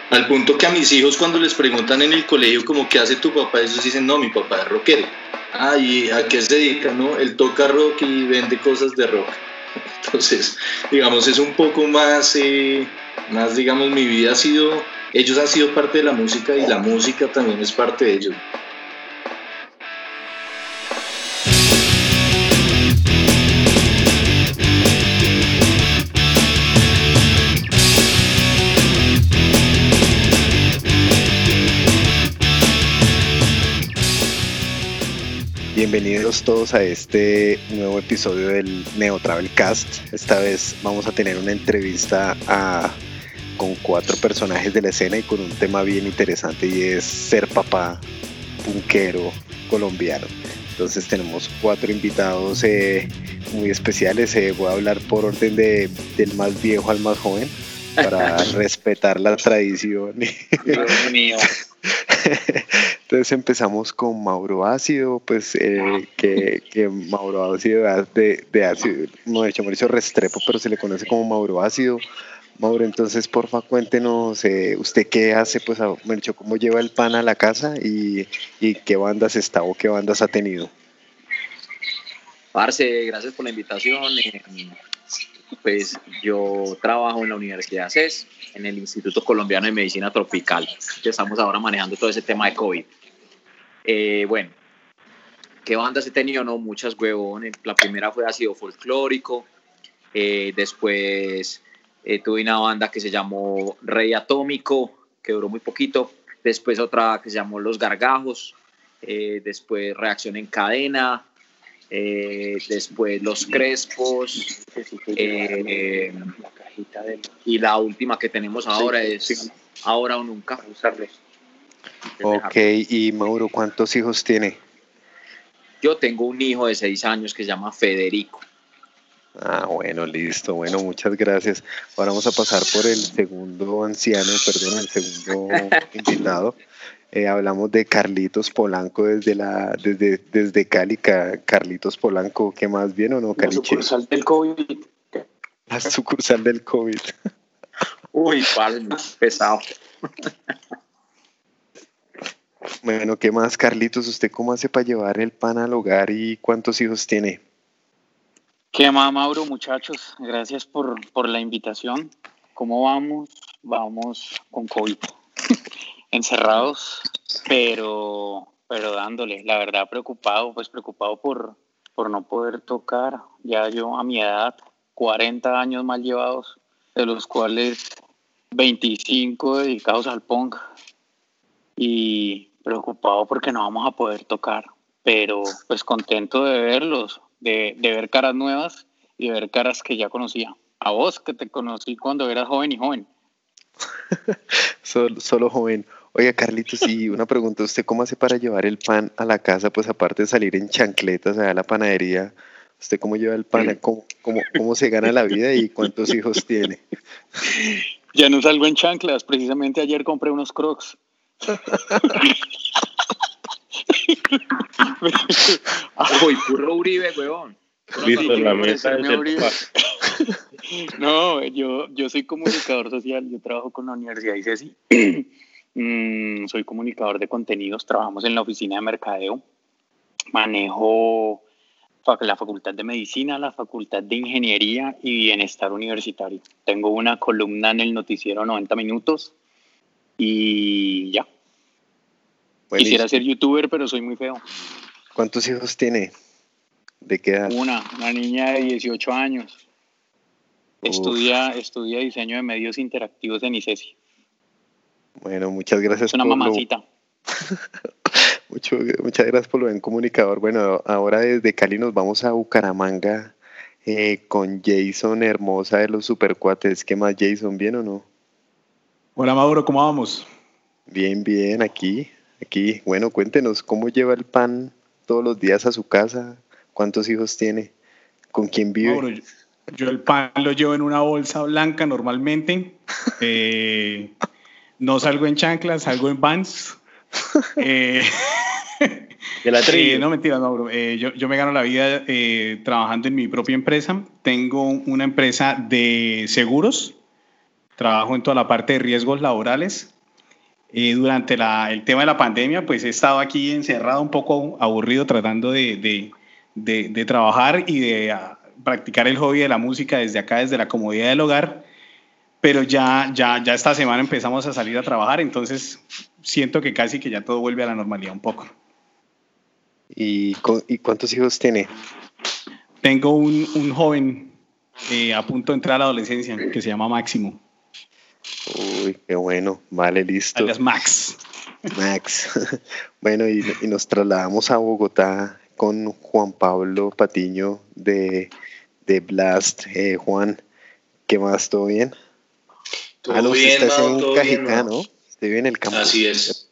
Al punto que a mis hijos cuando les preguntan en el colegio como qué hace tu papá, ellos dicen, no, mi papá es rockero. Ah, ¿y a qué se dedica? No, él toca rock y vende cosas de rock. Entonces, digamos, es un poco más, digamos, mi vida ha sido, ellos han sido parte de la música y la música también es parte de ellos. Bienvenidos todos a este nuevo episodio del Neo Travel Cast. Esta vez vamos a tener una entrevista con 4 personajes de la escena y con un tema bien interesante, y es ser papá punkero colombiano. Entonces tenemos 4 invitados muy especiales. Voy a hablar por orden del más viejo al más joven para respetar la tradición. Dios mío. Entonces empezamos con Mauro Ácido, pues que Mauro Ácido de Ácido, Mauricio Restrepo, pero se le conoce como Mauro Ácido. Mauro, entonces porfa cuéntenos, usted qué hace, pues cómo lleva el pan a la casa y qué bandas está o qué bandas ha tenido. Parce, gracias por la invitación. Pues yo trabajo en la Universidad CES, en el Instituto Colombiano de Medicina Tropical, que estamos ahora manejando todo ese tema de COVID. Bueno, ¿qué bandas he tenido? No, muchas, huevón. La primera fue Ácido Folclórico. Después tuve una banda que se llamó Rey Atómico, que duró muy poquito. Después otra que se llamó Los Gargajos. Después Reacción en Cadena. Después Los Crespos. Y la última que tenemos ahora es Ahora o Nunca. Ok, y Mauro, ¿cuántos hijos tiene? Yo tengo un hijo de 6 años que se llama Federico. Ah, bueno, listo. Bueno, muchas gracias. Ahora vamos a pasar por el segundo invitado. Hablamos de Carlitos Polanco desde Cali. Carlitos Polanco, ¿qué más bien o no, Caliche? La sucursal del COVID. La sucursal del COVID. Uy, vale, pesado. Bueno, ¿qué más, Carlitos? ¿Usted cómo hace para llevar el pan al hogar y cuántos hijos tiene? ¿Qué más, Mauro, muchachos? Gracias por la invitación. ¿Cómo vamos? Vamos con COVID. Encerrados, pero dándole. La verdad, preocupado por no poder tocar. Ya yo a mi edad, 40 años mal llevados, de los cuales 25 dedicados al punk. Y preocupado porque no vamos a poder tocar, pero pues contento de verlos, de ver caras nuevas y de ver caras que ya conocía. A vos, que te conocí cuando eras joven y joven. Solo joven. Oiga, Carlitos, y una pregunta, ¿usted cómo hace para llevar el pan a la casa? Pues aparte de salir en chancletas a la panadería, ¿usted cómo lleva el pan? ¿Cómo se gana la vida y cuántos hijos tiene? Ya no salgo en chanclas, precisamente ayer compré unos Crocs. Uy, puro Uribe, huevón. Listo, la mesa es el papá. No, yo soy comunicador social, yo trabajo con la Universidad ICESI. Soy comunicador de contenidos, trabajamos en la oficina de mercadeo, manejo la Facultad de Medicina, la Facultad de Ingeniería y Bienestar Universitario. Tengo una columna en el noticiero 90 minutos y ya. Buenísimo. Quisiera ser youtuber, pero soy muy feo. ¿Cuántos hijos tiene? ¿De qué edad? Una niña de 18 años. Estudia diseño de medios interactivos en ICESI. Bueno, muchas gracias. Es una mamacita. Muchas gracias por lo buen comunicador. Bueno, ahora desde Cali nos vamos a Bucaramanga con Jason Hermosa de los Supercuates. ¿Qué más, Jason? ¿Bien o no? Hola, Mauro, ¿cómo vamos? Bien, aquí. Bueno, cuéntenos, ¿cómo lleva el pan todos los días a su casa? ¿Cuántos hijos tiene? ¿Con quién vive? Mauro, yo el pan lo llevo en una bolsa blanca normalmente. No salgo en chanclas, salgo en Vans. De la trilla. No, mentira, Mauro. Yo me gano la vida trabajando en mi propia empresa. Tengo una empresa de seguros. Trabajo en toda la parte de riesgos laborales. durante el tema de la pandemia, pues he estado aquí encerrado, un poco aburrido, tratando de trabajar y de practicar el hobby de la música desde acá, desde la comodidad del hogar. Pero ya esta semana empezamos a salir a trabajar, entonces siento que casi que ya todo vuelve a la normalidad un poco. ¿Y cuántos hijos tiene? Tengo un joven a punto de entrar a la adolescencia que se llama Máximo. Uy, qué bueno. Vale, listo. Alias Max. Max. Bueno, y nos trasladamos a Bogotá con Juan Pablo Patiño de Blast. Juan, ¿qué más? ¿Todo bien? Todo bien, estás Mau, en todo Cajicá, bien, ¿no? Estoy en el campo. Así es,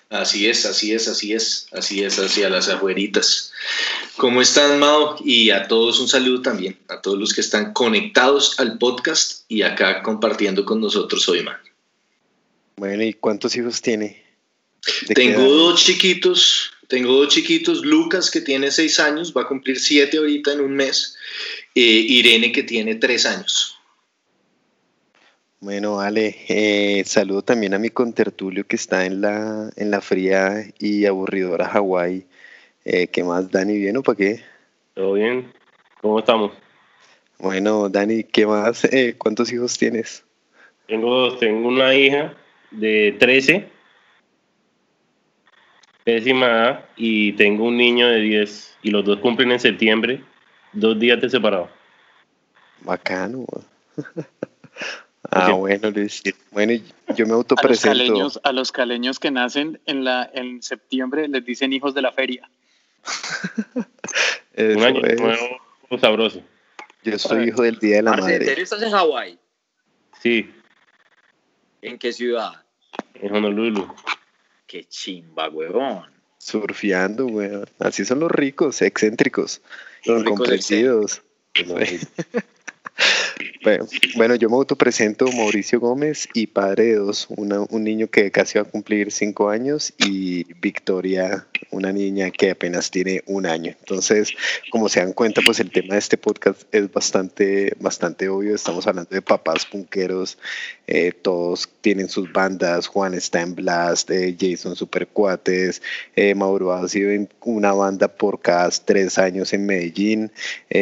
hacia las afueritas. ¿Cómo están, Mao? Y a todos un saludo también, a todos los que están conectados al podcast y acá compartiendo con nosotros hoy, man. Bueno, ¿y cuántos hijos tiene? Tengo dos chiquitos, Lucas, que tiene 6 años, va a cumplir 7 ahorita en un mes, Irene, que tiene 3 años. Bueno, vale. Saludo también a mi contertulio que está en la fría y aburridora Hawái. ¿Qué más, Dani? ¿Bien o para qué? ¿Todo bien? ¿Cómo estamos? Bueno, Dani, ¿qué más? ¿Cuántos hijos tienes? Tengo una hija de 13, décima edad, y tengo un niño de 10, y los dos cumplen en septiembre, 2 días de separado. Bacano. Bueno, Luis. Bueno, yo me autopresento. A los caleños que nacen en septiembre les dicen hijos de la feria. Un año nuevo sabroso. Yo soy hijo del Día de la Madre. ¿En serio estás en Hawái? Sí. ¿En qué ciudad? En Honolulu. Qué chimba, huevón. Surfeando, weón. Así son los ricos, excéntricos, incomprendidos. Bueno, yo me autopresento Mauricio Gómez y padre de 2, un niño que casi va a cumplir 5 años y Victoria, una niña que apenas tiene 1 año. Entonces, como se dan cuenta, pues el tema de este podcast es bastante obvio. Estamos hablando de papás punqueros, todos tienen sus bandas. Juan está en Blast, Jason Supercuates, Mauro ha sido en una banda por cada 3 años en Medellín.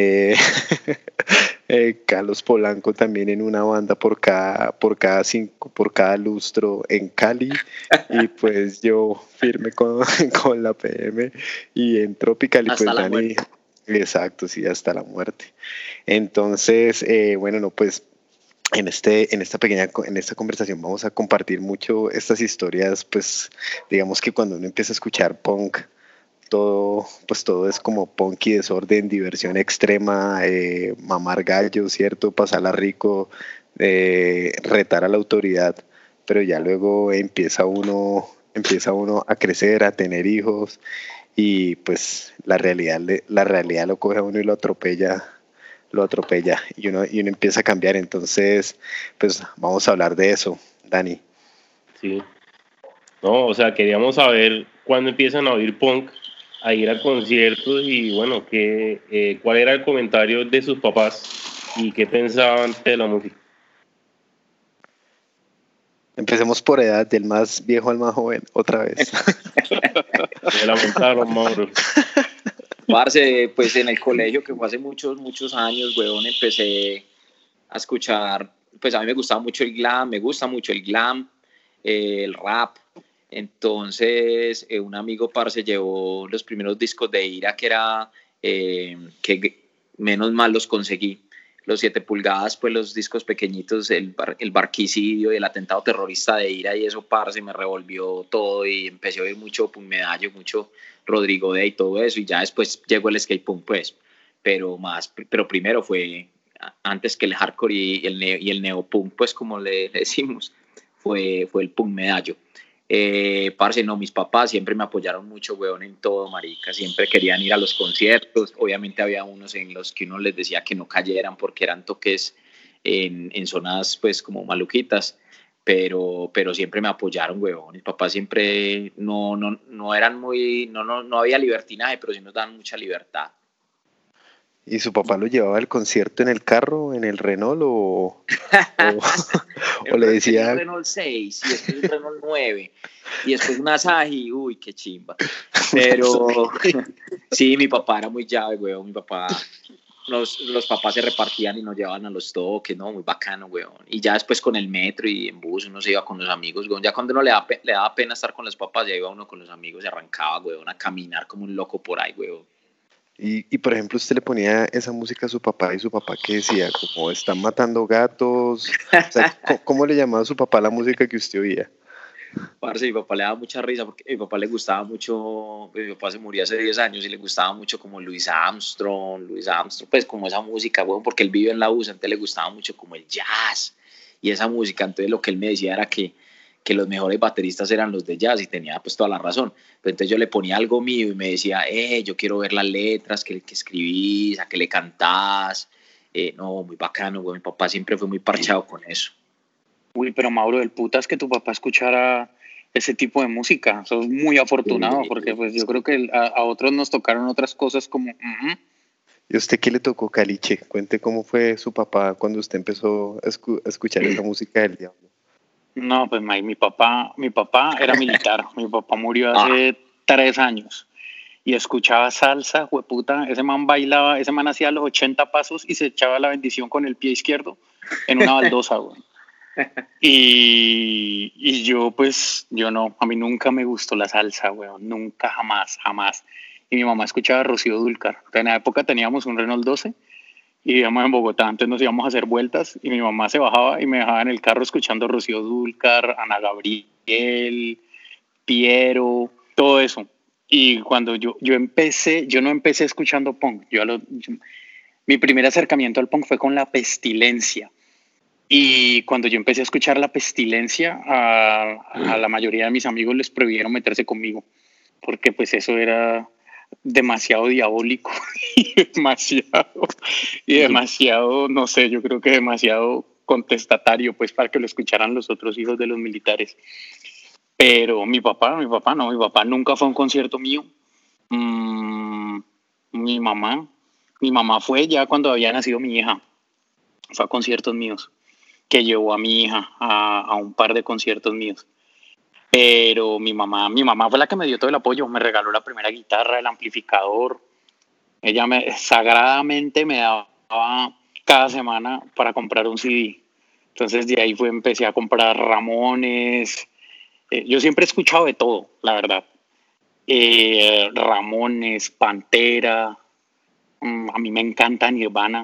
Carlos Polanco también en una banda por cada lustro en Cali, y pues yo firme con la PM y en Tropical, y hasta pues la Dani, muerte. Exacto, sí, hasta la muerte. Entonces, bueno, no, pues en esta conversación vamos a compartir mucho estas historias. Pues digamos que cuando uno empieza a escuchar punk, todo es como punk y desorden, diversión extrema, mamar gallos, ¿cierto? Pasarla rico, retar a la autoridad, pero ya luego empieza uno a crecer, a tener hijos, y pues la realidad lo coge a uno y lo atropella, y uno empieza a cambiar. Entonces, pues vamos a hablar de eso, Dani. Sí. No, o sea, queríamos saber cuándo empiezan a oír punk, a ir a conciertos, y bueno, cuál era el comentario de sus papás y qué pensaban de la música. Empecemos por edad, del más viejo al más joven, otra vez. Me lamentaron, Mauro. Parce, pues en el colegio, que fue hace muchos años, weón, empecé a escuchar, pues a mí me gusta mucho el glam, el rap. Entonces, un amigo, parce, llevó los primeros discos de Ira, que era, que menos mal los conseguí. Los 7 pulgadas, pues los discos pequeñitos, el barquicidio y el atentado terrorista de Ira, y eso, parce, me revolvió todo, y empecé a oír mucho Punk Medallo, mucho Rodrigo D y todo eso, y ya después llegó el skate punk, pues, pero primero fue, antes que el hardcore y el neopunk, pues como le decimos, fue el Punk Medallo. Parce, no, mis papás siempre me apoyaron mucho, weón, en todo, marica, siempre querían ir a los conciertos. Obviamente había unos en los que uno les decía que no cayeran porque eran toques en zonas, pues, como maluquitas, pero siempre me apoyaron, weón. Mis papás siempre no eran muy, no había libertinaje, pero sí nos daban mucha libertad. ¿Y su papá lo llevaba al concierto en el carro, en el Renault, o O le decía... Un Renault 6 y después un Renault 9 y después una Asahi, uy, qué chimba. Pero sí, mi papá era muy llave, weón. Mi papá, los papás se repartían y nos llevaban a los toques, ¿no? Muy bacano, weón. Y ya después con el metro y en bus uno se iba con los amigos, weón. Ya cuando uno le daba pena estar con los papás, ya iba uno con los amigos y arrancaba, weón, a caminar como un loco por ahí, weón. Y por ejemplo, usted le ponía esa música a su papá y su papá, ¿qué decía? Como están matando gatos. O sea, ¿cómo le llamaba a su papá la música que usted oía? Parce, mi papá le daba mucha risa porque a mi papá le gustaba mucho, mi papá se murió hace 10 años y le gustaba mucho como Louis Armstrong, pues como esa música, bueno, porque él vive en la USA, entonces le gustaba mucho como el jazz y esa música. Entonces lo que él me decía era que los mejores bateristas eran los de jazz y tenía pues toda la razón. Pero entonces yo le ponía algo mío y me decía, yo quiero ver las letras que escribís, a qué le cantás. No, muy bacano, güey. Mi papá siempre fue muy parchado con eso. Uy, pero Mauro, del putas que tu papá escuchara ese tipo de música. Sos muy afortunado, porque pues yo creo que a otros nos tocaron otras cosas como... ¿Y a usted qué le tocó, Caliche? Cuente cómo fue su papá cuando usted empezó a escuchar esa música del diablo. No, pues mi papá era militar. Mi papá murió hace 3 años. Y escuchaba salsa, hueputa. Ese man bailaba, ese man hacía los 80 pasos y se echaba la bendición con el pie izquierdo en una baldosa, güey. Y yo, pues, yo a mí nunca me gustó la salsa, weón, nunca, jamás. Y mi mamá escuchaba a Rocío Dúrcal. En la época teníamos un Renault 12 y vivíamos en Bogotá, entonces nos íbamos a hacer vueltas y mi mamá se bajaba y me dejaba en el carro escuchando a Rocío Dúrcal, Ana Gabriel, Piero, todo eso. Y cuando yo no empecé escuchando punk. Mi primer acercamiento al punk fue con La Pestilencia. Y cuando yo empecé a escuchar La Pestilencia, a la mayoría de mis amigos les prohibieron meterse conmigo, porque pues eso era demasiado diabólico y demasiado, no sé, yo creo que demasiado contestatario, pues para que lo escucharan los otros hijos de los militares. Pero mi papá nunca fue a un concierto mío. Mi mamá fue ya cuando había nacido mi hija, fue a conciertos míos, que llevó a mi hija a un par de conciertos míos. Pero mi mamá fue la que me dio todo el apoyo, me regaló la primera guitarra, el amplificador. Ella sagradamente me daba cada semana para comprar un CD. Entonces de ahí empecé a comprar Ramones. Yo siempre he escuchado de todo, la verdad. Ramones, Pantera. A mí me encanta Nirvana.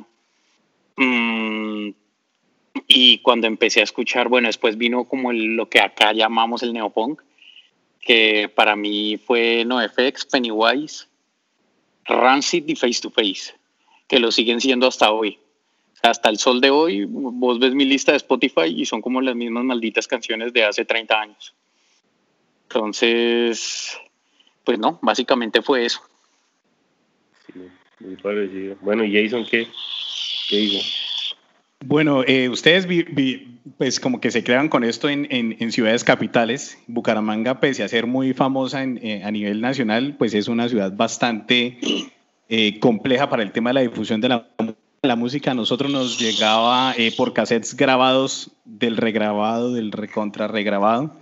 Y cuando empecé a escuchar, bueno, después vino como lo que acá llamamos el neopunk, que para mí fue NoFX, Pennywise, Rancid y Face to Face, que lo siguen siendo hasta hoy. Hasta el sol de hoy, vos ves mi lista de Spotify y son como las mismas malditas canciones de hace 30 años. Entonces, pues no, básicamente fue eso. Sí, muy parecido. Bueno, ¿y Jason qué hizo? Bueno, ustedes pues como que se crean con esto en ciudades capitales. Bucaramanga, pese a ser muy famosa a nivel nacional, pues es una ciudad bastante compleja para el tema de la difusión de la música. A nosotros nos llegaba por cassettes grabados del regrabado, del recontra regrabado.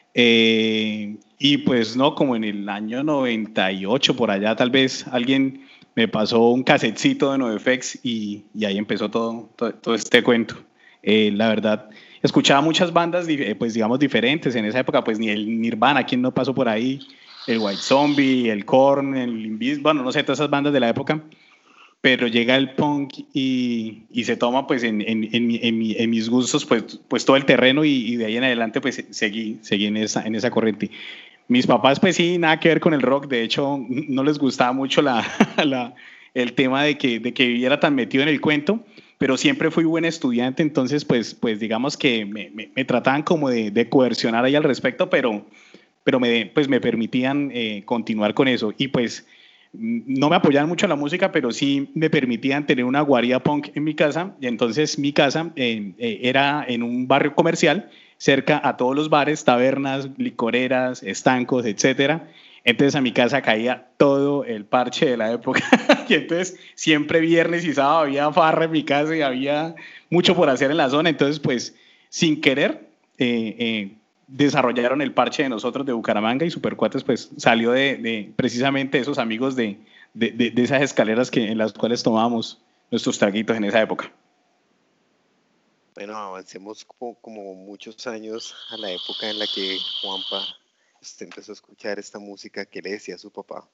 Y pues no, como en el año 98 por allá tal vez alguien me pasó un casetcito de NoFX y ahí empezó todo este cuento. La verdad, escuchaba muchas bandas pues digamos diferentes en esa época, pues ni el Nirvana, ¿quién no pasó por ahí? El White Zombie, el Korn, el Limp Bizkit, bueno, no sé, todas esas bandas de la época. Pero llega el punk y se toma pues en mis gustos pues todo el terreno y de ahí en adelante pues seguí en esa corriente. Mis papás pues sí, nada que ver con el rock, de hecho no les gustaba mucho el tema de que viviera tan metido en el cuento, pero siempre fui buen estudiante, entonces pues digamos que me trataban como de coercionar ahí al respecto, pero me permitían continuar con eso y pues no me apoyaban mucho en la música, pero sí me permitían tener una guarida punk en mi casa. Y entonces mi casa era en un barrio comercial, cerca a todos los bares, tabernas, licoreras, estancos, etcétera. Entonces a mi casa caía todo el parche de la época. Y entonces siempre viernes y sábado había farra en mi casa y había mucho por hacer en la zona. Entonces pues sin querer, desarrollaron el parche de nosotros de Bucaramanga, y Supercuates pues salió de precisamente esos amigos de esas escaleras en las cuales tomábamos nuestros traguitos en esa época. Bueno, avancemos como muchos años a la época en la que Juanpa usted empezó a escuchar esta música. ¿Qué le decía a su papá?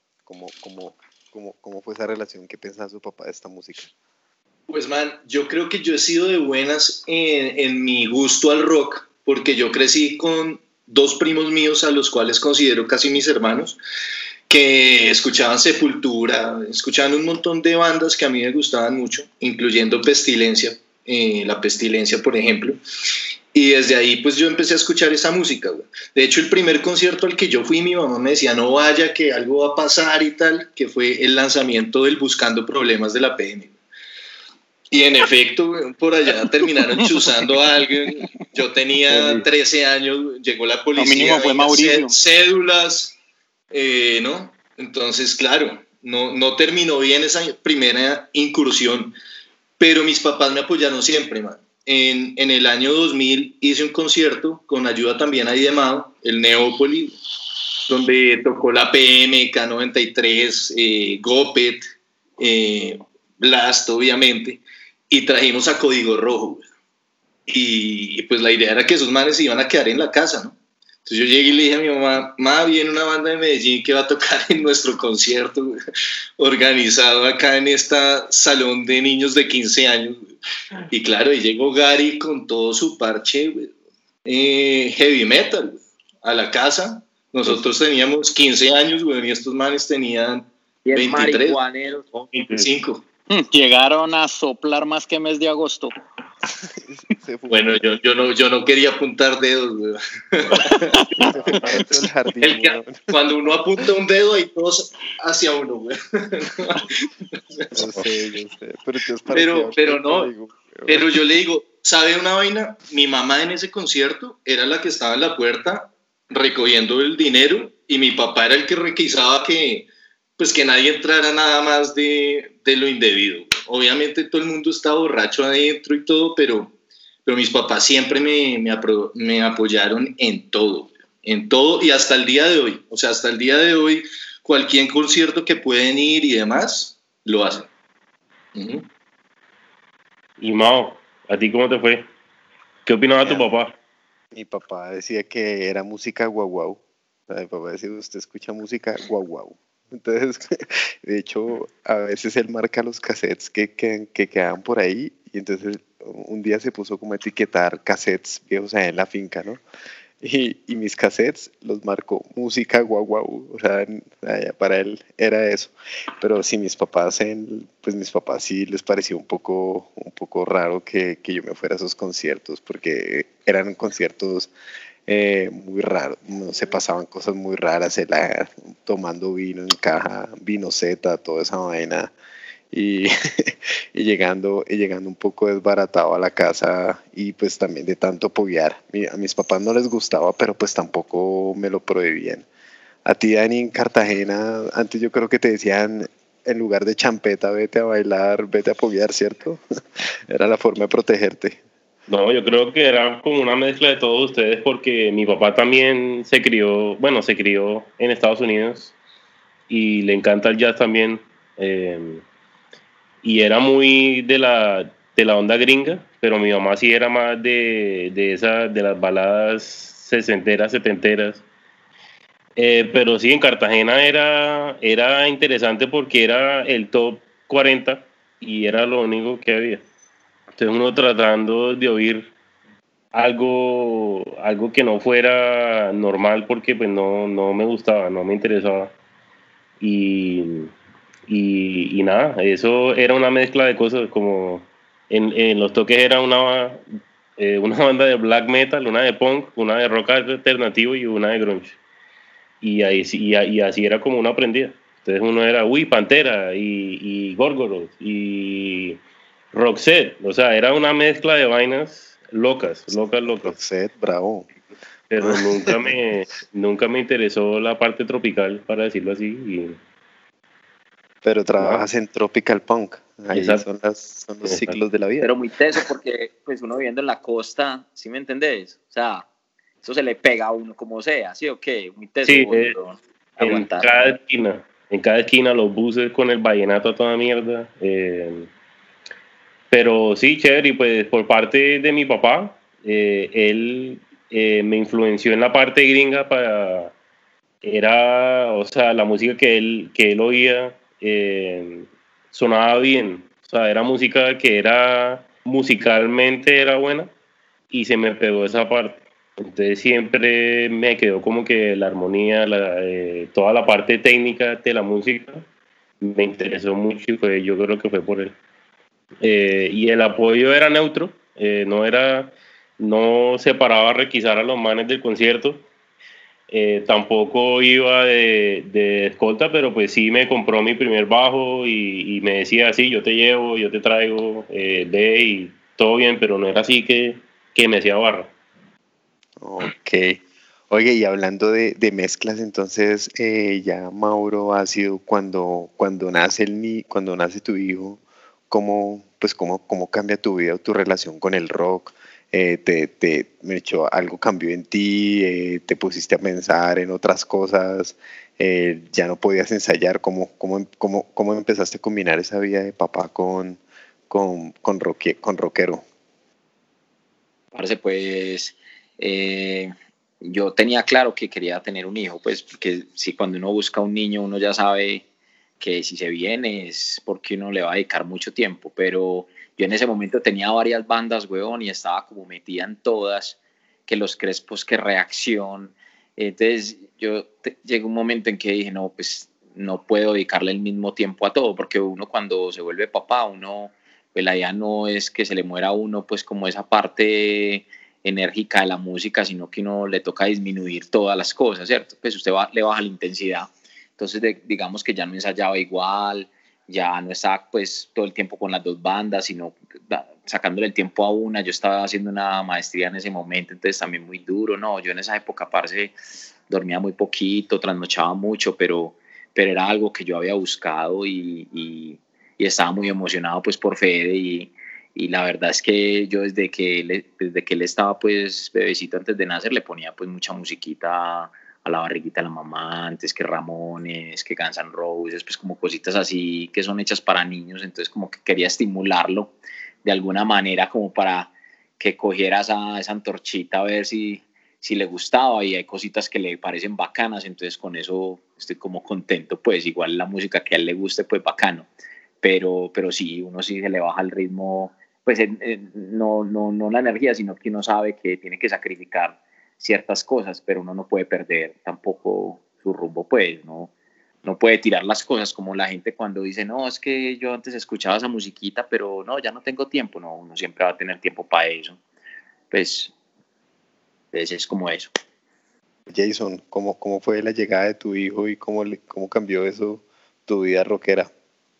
¿Cómo fue esa relación? ¿Qué pensaba su papá de esta música? Pues man, yo creo que yo he sido de buenas en mi gusto al rock, porque yo crecí con 2 primos míos a los cuales considero casi mis hermanos, que escuchaban Sepultura, escuchaban un montón de bandas que a mí me gustaban mucho, incluyendo Pestilencia, La Pestilencia, por ejemplo. Y desde ahí pues yo empecé a escuchar esa música, güey. De hecho, el primer concierto al que yo fui, mi mamá me decía, no vaya, que algo va a pasar y tal, que fue el lanzamiento del Buscando Problemas de la PM. Y en efecto, güey, por allá terminaron chuzando a alguien. Yo tenía 13 años, llegó la policía, mínimo fue Mauricio. Cédulas, ¿no? Entonces, claro, no terminó bien esa primera incursión, pero mis papás me apoyaron siempre, man. En el año 2000 hice un concierto con ayuda también ahí de Mao, el Neópolis, donde tocó la PM, K93, Gopet, Blast, obviamente, y trajimos a Código Rojo. Y pues la idea era que esos manes se iban a quedar en la casa, ¿no? Entonces yo llegué y le dije a mi mamá, viene una banda de Medellín que va a tocar en nuestro concierto organizado acá en este salón de niños de 15 años. Y claro, y llegó Gary con todo su parche heavy metal a la casa. Nosotros teníamos 15 años, y estos manes tenían 23 o 25. Llegaron a soplar más que mes de agosto. Bueno, yo no quería apuntar dedos, güey. Cuando uno apunta un dedo, hay todos hacia uno, güey. Yo sé. Pero no, pero yo le digo, ¿sabe una vaina? Mi mamá en ese concierto era la que estaba en la puerta recogiendo el dinero, y mi papá era el que requisaba que nadie entrara nada más de lo indebido. Obviamente todo el mundo está borracho adentro y todo, pero mis papás siempre me apoyaron en todo, y hasta el día de hoy. O sea, hasta el día de hoy, cualquier concierto que pueden ir y demás, lo hacen. Uh-huh. Y Mao, ¿a ti cómo te fue? ¿Qué opinaba tu papá? Mi papá decía que era música guau. Mi papá decía, usted escucha música guau. Entonces, de hecho, a veces él marca los cassettes que quedaban por ahí, y entonces un día se puso como a etiquetar cassettes viejos allá en la finca, ¿no? Y mis cassettes los marcó música guau. O sea, para él era eso. Pero sí, mis papás sí les pareció un poco raro que yo me fuera a esos conciertos, porque eran conciertos muy raro, no se pasaban cosas muy raras, tomando vino en caja, vino Z, toda esa vaina, y llegando un poco desbaratado a la casa, y pues también de tanto poguear. A mis papás no les gustaba, pero pues tampoco me lo prohibían. A ti, Dani, en Cartagena, antes yo creo que te decían, en lugar de champeta, vete a bailar, vete a poguear, ¿cierto? Era la forma de protegerte. No, yo creo que era como una mezcla de todos ustedes, porque mi papá también se crió en Estados Unidos y le encanta el jazz también, y era muy de la onda gringa, pero mi mamá sí era más de las baladas sesenteras, setenteras. Pero sí, en Cartagena era interesante porque era el top 40 y era lo único que había. Entonces uno tratando de oír algo que no fuera normal, porque pues no me gustaba, no me interesaba. Y nada, eso era una mezcla de cosas, como en los toques era una banda de black metal, una de punk, una de rock alternativo y una de grunge. Y así era como uno aprendía. Entonces uno era Pantera y Gorgoroth y Roxette, o sea, era una mezcla de vainas locas. Roxette, bravo. Pero nunca me interesó la parte tropical, para decirlo así. Pero trabajas en Tropical Punk. Ahí Exacto. son los ciclos de la vida. Pero muy teso porque pues uno viviendo en la costa, ¿sí me entendés? O sea, eso se le pega a uno como sea, ¿sí o qué? Muy teso. Sí, aguantar. en cada esquina los buses con el vallenato a toda mierda. Pero sí, chévere, y pues por parte de mi papá, él me influenció en la parte gringa o sea, la música que él oía sonaba bien, o sea, era música que era musicalmente era buena y se me pegó esa parte. Entonces siempre me quedó como que la armonía, toda la parte técnica de la música me interesó mucho y yo creo que fue por él. Y el apoyo era neutro, no se paraba a requisar a los manes del concierto, tampoco iba de escolta, pero pues sí me compró mi primer bajo y me decía, sí, yo te llevo, yo te traigo, ve y todo bien, pero no era así que me hacía barra. Ok. Oye, y hablando de mezclas, entonces ya Mauro ha sido cuando nace tu hijo, ¿cómo cambia tu vida o tu relación con el rock? Algo cambió en ti, te pusiste a pensar en otras cosas, ya no podías ensayar, ¿cómo empezaste a combinar esa vida de papá con rockero? Parce, pues yo tenía claro que quería tener un hijo, pues porque si cuando uno busca un niño uno ya sabe que si se viene es porque uno le va a dedicar mucho tiempo, pero yo en ese momento tenía varias bandas, weón, y estaba como metida en todas, que Los Crespos, que Reacción, entonces llegó un momento en que dije, no, pues no puedo dedicarle el mismo tiempo a todo, porque uno cuando se vuelve papá, pues la idea no es que se le muera a uno pues como esa parte enérgica de la música, sino que uno le toca disminuir todas las cosas, ¿cierto? Pues usted le baja la intensidad. Entonces digamos que ya no ensayaba igual, ya no estaba pues todo el tiempo con las dos bandas, sino sacándole el tiempo a una. Yo estaba haciendo una maestría en ese momento, entonces también muy duro, ¿no? Yo en esa época, parce, dormía muy poquito, trasnochaba mucho, pero era algo que yo había buscado y estaba muy emocionado pues por Fede y la verdad es que yo desde que él estaba pues bebecito antes de nacer le ponía pues mucha musiquita a la barriguita de la mamá, antes que Ramones, que Guns N' Roses, pues como cositas así que son hechas para niños, entonces como que quería estimularlo de alguna manera como para que cogiera esa antorchita a ver si le gustaba, y hay cositas que le parecen bacanas, entonces con eso estoy como contento, pues igual la música que a él le guste pues bacano, pero sí, uno sí se le baja el ritmo, pues no la energía, sino que uno sabe que tiene que sacrificar ciertas cosas, pero uno no puede perder tampoco su rumbo, pues no puede tirar las cosas como la gente cuando dice, no, es que yo antes escuchaba esa musiquita, pero no, ya no tengo tiempo. No, uno siempre va a tener tiempo para eso. Pues es como eso. Jason, ¿cómo fue la llegada de tu hijo y cómo cambió eso tu vida rockera?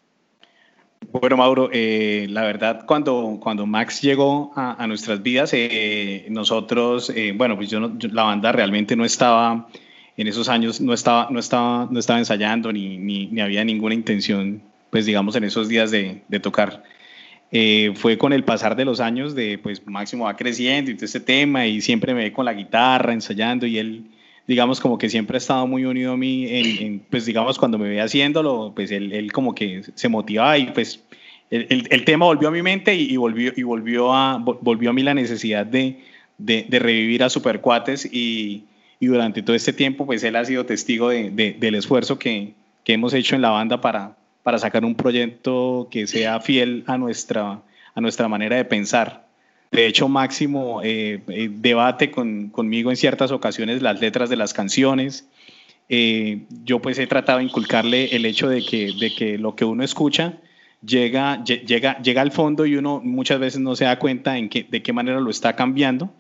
Bueno, Mauro, la verdad, cuando Max llegó a nuestras vidas, nosotros, bueno, pues la banda realmente no estaba, en esos años no estaba ensayando ni había ninguna intención, pues digamos, en esos días de tocar. Fue con el pasar de los años pues Máximo va creciendo y todo este tema y siempre me ve con la guitarra ensayando y él, digamos, como que siempre ha estado muy unido a mí pues digamos, cuando me ve haciéndolo, pues él como que se motivaba y pues el tema volvió a mi mente y volvió a mí la necesidad de revivir a Supercuates y durante todo este tiempo pues él ha sido testigo del esfuerzo que hemos hecho en la banda para sacar un proyecto que sea fiel a nuestra manera de pensar. De hecho, Máximo debate conmigo en ciertas ocasiones las letras de las canciones. Yo pues he tratado de inculcarle el hecho de que lo que uno escucha llega al fondo y uno muchas veces no se da cuenta de qué manera lo está cambiando.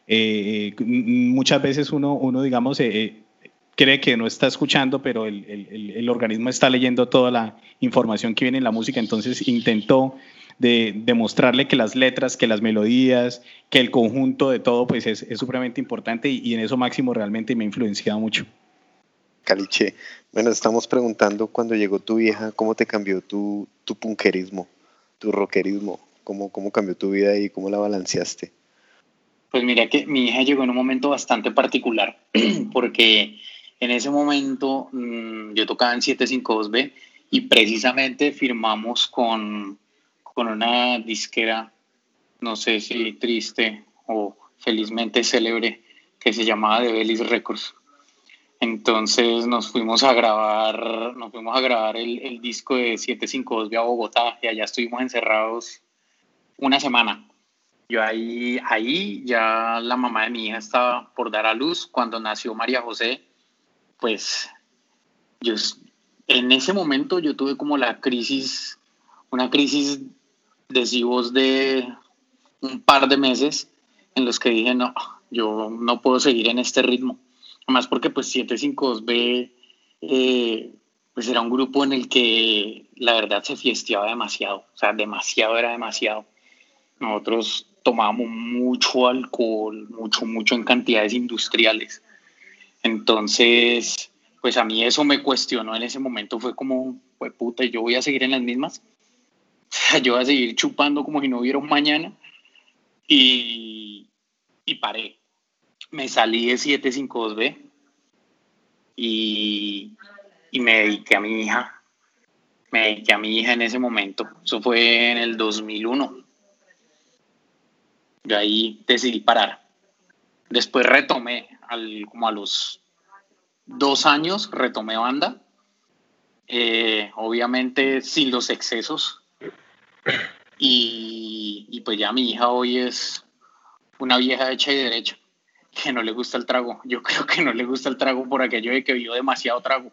Muchas veces uno digamos, cree que no está escuchando, pero el organismo está leyendo toda la información que viene en la música, entonces intentó demostrarle que las letras, que las melodías, que el conjunto de todo pues es supremamente importante y en eso Máximo realmente me ha influenciado mucho. Caliche. Bueno, estamos preguntando cuando llegó tu vieja, ¿cómo te cambió tu punkerismo, tu rockerismo? ¿Cómo cambió tu vida y cómo la balanceaste? Pues mira que mi hija llegó en un momento bastante particular, porque en ese momento yo tocaba en 752B y precisamente firmamos con una disquera, no sé si triste o felizmente célebre, que se llamaba The Bellis Records. Entonces nos fuimos a grabar el disco de 752B a Bogotá y allá estuvimos encerrados una semana. Yo ahí ya la mamá de mi hija estaba por dar a luz. Cuando nació María José, pues en ese momento yo tuve como una crisis de voz de un par de meses en los que dije, no, yo no puedo seguir en este ritmo. Además porque pues 752B pues era un grupo en el que la verdad se fiesteaba demasiado. O sea, era demasiado. Nosotros tomábamos mucho alcohol, mucho en cantidades industriales. Entonces, pues a mí eso me cuestionó en ese momento. Fue como, pues puta, yo voy a seguir en las mismas. Yo voy a seguir chupando como si no hubiera un mañana. Y paré. Me salí de 752B y me dediqué a mi hija. Me dediqué a mi hija en ese momento. Eso fue en el 2001. Yo ahí decidí parar. Después retomé, como a los 2 años, retomé banda. Obviamente sin los excesos. Y pues ya mi hija hoy es una vieja hecha y derecha, que no le gusta el trago. Yo creo que no le gusta el trago por aquello de que vio demasiado trago.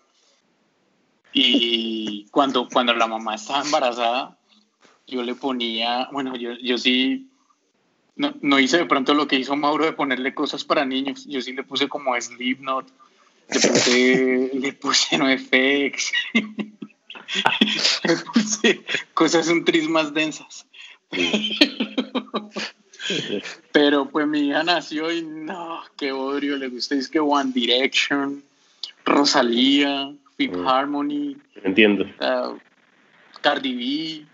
Y cuando la mamá estaba embarazada, yo le ponía, bueno, yo sí, no hice de pronto lo que hizo Mauro de ponerle cosas para niños. Yo sí le puse como Slipknot, le puse NoFX, le puse cosas un tris más densas. Pero pues mi hija nació y no, qué bodrio, le gusta, es que One Direction, Rosalía, Fifth Harmony. Entiendo. Cardi B.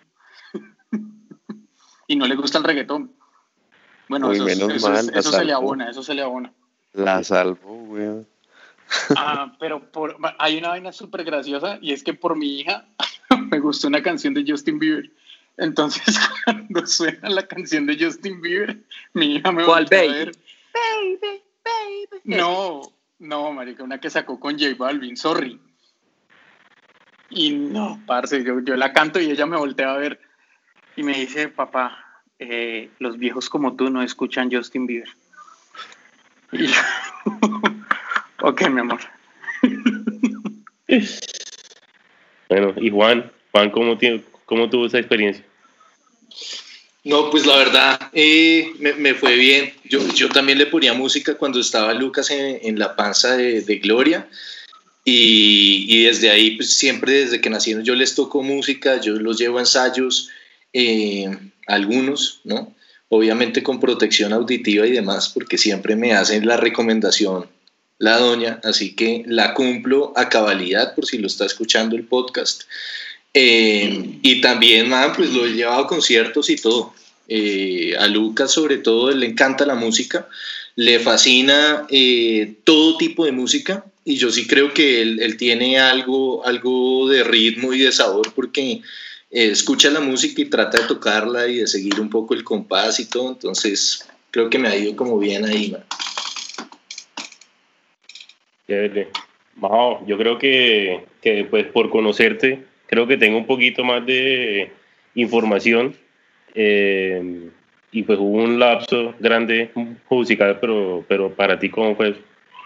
Y no le gusta el reggaetón. Bueno, eso se le abona. La salvo, güey. Pero hay una vaina súper graciosa y es que por mi hija me gustó una canción de Justin Bieber. Entonces, cuando suena la canción de Justin Bieber, mi hija me voltea a ver. Baby. No, marica, una que sacó con J Balvin, Sorry. Y no, parce, yo la canto y ella me voltea a ver y me dice, papá, los viejos como tú no escuchan Justin Bieber. Y yo, ok, mi amor. Bueno, y Juan, ¿cómo tuvo esa experiencia? No, pues la verdad me fue bien. Yo también le ponía música cuando estaba Lucas en la panza de Gloria y desde ahí, pues siempre desde que nacieron yo les toco música, yo los llevo a ensayos, algunos, ¿no? Obviamente con protección auditiva y demás, porque siempre me hacen la recomendación la doña, así que la cumplo a cabalidad por si lo está escuchando el podcast. Y también, pues lo he llevado a conciertos y todo. A Lucas sobre todo le encanta la música, le fascina todo tipo de música y yo sí creo que él tiene algo de ritmo y de sabor porque escucha la música y trata de tocarla y de seguir un poco el compás y todo, entonces creo que me ha ido como bien ahí, man. Yo creo que pues por conocerte creo que tengo un poquito más de información y pues hubo un lapso grande musical, pero para ti ¿cómo fue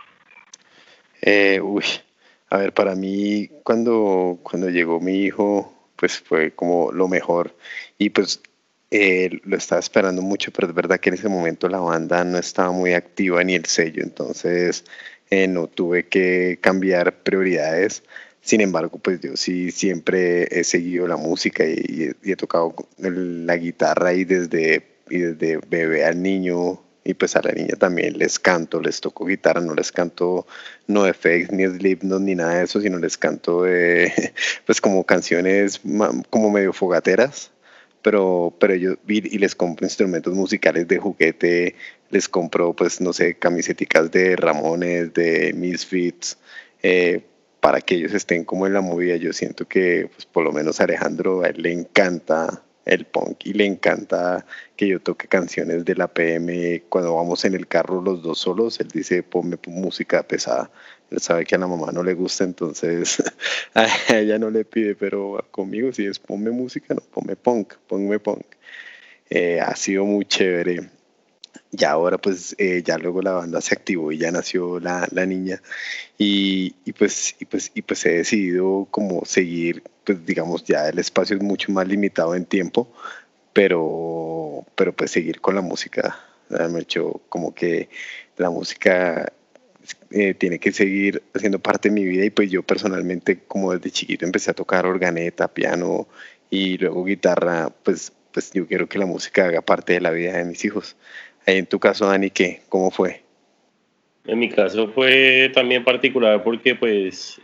eso? A ver, para mí cuando llegó mi hijo pues fue como lo mejor y pues lo estaba esperando mucho, pero es verdad que en ese momento la banda no estaba muy activa ni el sello, entonces no tuve que cambiar prioridades. Sin embargo, pues yo sí siempre he seguido la música y he tocado la guitarra y desde bebé al niño y pues a la niña también les canto, les toco guitarra, no les canto NoFX ni Slipknot ni nada de eso, sino les canto pues como canciones como medio fogateras, pero yo y les compro instrumentos musicales de juguete, les compro pues no sé, camiseticas de Ramones, de Misfits, para que ellos estén como en la movida. Yo siento que pues por lo menos a Alejandro, a él le encanta el punk y le encanta que yo toque canciones de la PM cuando vamos en el carro los dos solos. Él dice, ponme música pesada. Él sabe que a la mamá no le gusta, entonces a ella no le pide, pero conmigo si es ponme música, no, ponme punk, ponme punk. Ha sido muy chévere. Ya ahora pues ya luego la banda se activó y ya nació la niña y pues he decidido como seguir, pues digamos ya el espacio es mucho más limitado en tiempo, pero pues seguir con la música. Me ha hecho como que la música tiene que seguir haciendo parte de mi vida y pues yo personalmente como desde chiquito empecé a tocar organeta, piano y luego guitarra, pues yo quiero que la música haga parte de la vida de mis hijos. En tu caso, Dani, ¿qué? ¿Cómo fue? En mi caso fue también particular porque pues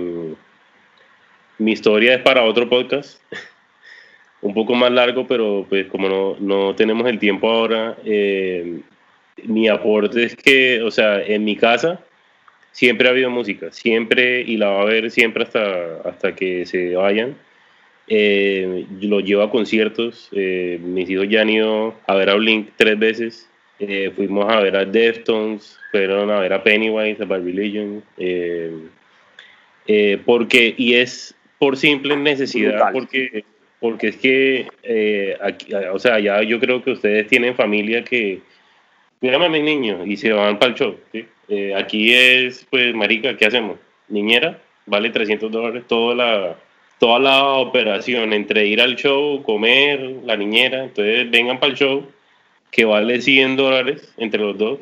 mi historia es para otro podcast, un poco más largo, pero pues como no tenemos el tiempo ahora, mi aporte es que, o sea, en mi casa siempre ha habido música, siempre, y la va a haber siempre hasta que se vayan. Yo lo llevo a conciertos, mis hijos ya han ido a ver a Blink 3 veces, fuimos a ver a Deftones, fueron a ver a Pennywise, a Bad Religion, y es por simple necesidad, porque es que, aquí, o sea, ya yo creo que ustedes tienen familia que, mírame a mis niños, y se van para el show, ¿sí? Aquí es, pues, marica, ¿qué hacemos? Niñera, vale $300, toda la operación entre ir al show, comer, la niñera, entonces vengan para el show, que vale $100 entre los dos,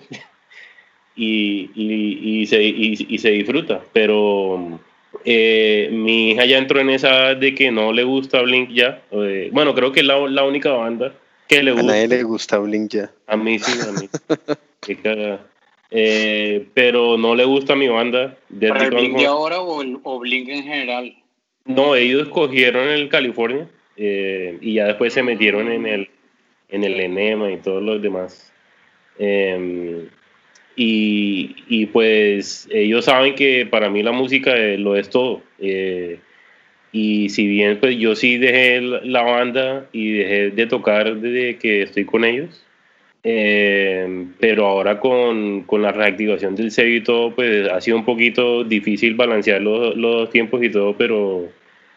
y se disfruta, pero mi hija ya entró en esa edad de que no le gusta Blink ya, bueno, creo que es la única banda que le A gusta. nadie le gusta Blink ya. A mí sí, a mí. Qué cagada. Pero no le gusta mi banda. ¿Para el Blink de ahora o Blink en general? No, ellos escogieron el California y ya después se metieron en el Enema y todos los demás. Y pues ellos saben que para mí la música lo es todo. Y si bien pues yo sí dejé la banda y dejé de tocar desde que estoy con ellos, pero ahora con la reactivación del sello y todo, pues ha sido un poquito difícil balancear los tiempos y todo, pero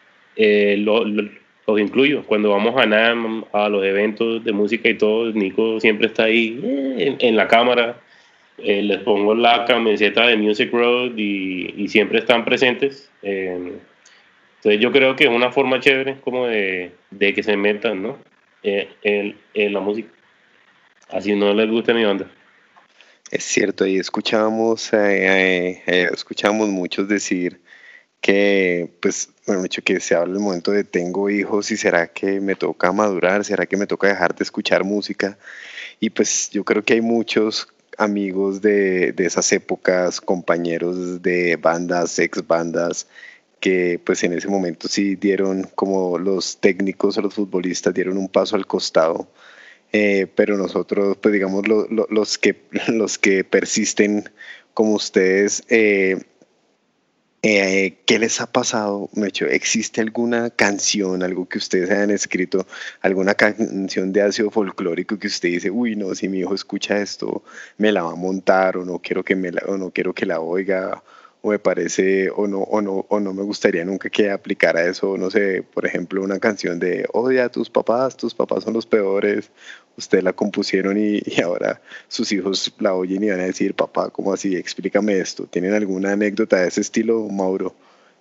los incluyo. Cuando vamos a NAMM, a los eventos de música y todo, Nico siempre está ahí en la cámara. Les pongo la camiseta de Music Road y siempre están presentes. Entonces yo creo que es una forma chévere como de que se metan, ¿no? En la música. Así no les gusta mi banda. Es cierto, y escuchábamos muchos decir que, pues, bueno, hecho que se habla el momento de tengo hijos y será que me toca madurar, será que me toca dejar de escuchar música. Y pues yo creo que hay muchos amigos de esas épocas, compañeros de bandas, ex bandas, que pues en ese momento sí dieron, como los técnicos o los futbolistas, dieron un paso al costado. Pero nosotros, pues digamos, los que persisten como ustedes, ¿qué les ha pasado, Mecho? ¿Existe alguna canción, algo que ustedes hayan escrito, alguna canción de ácido folclórico que usted dice, uy, no, si mi hijo escucha esto, me la va a montar, o no quiero que o no quiero que la oiga, o me parece, o no me gustaría nunca que aplicara eso, no sé, por ejemplo, una canción de odia a tus papás son los peores, ustedes la compusieron y ahora sus hijos la oyen y van a decir, papá, ¿cómo así? Explícame esto. ¿Tienen alguna anécdota de ese estilo, Mauro?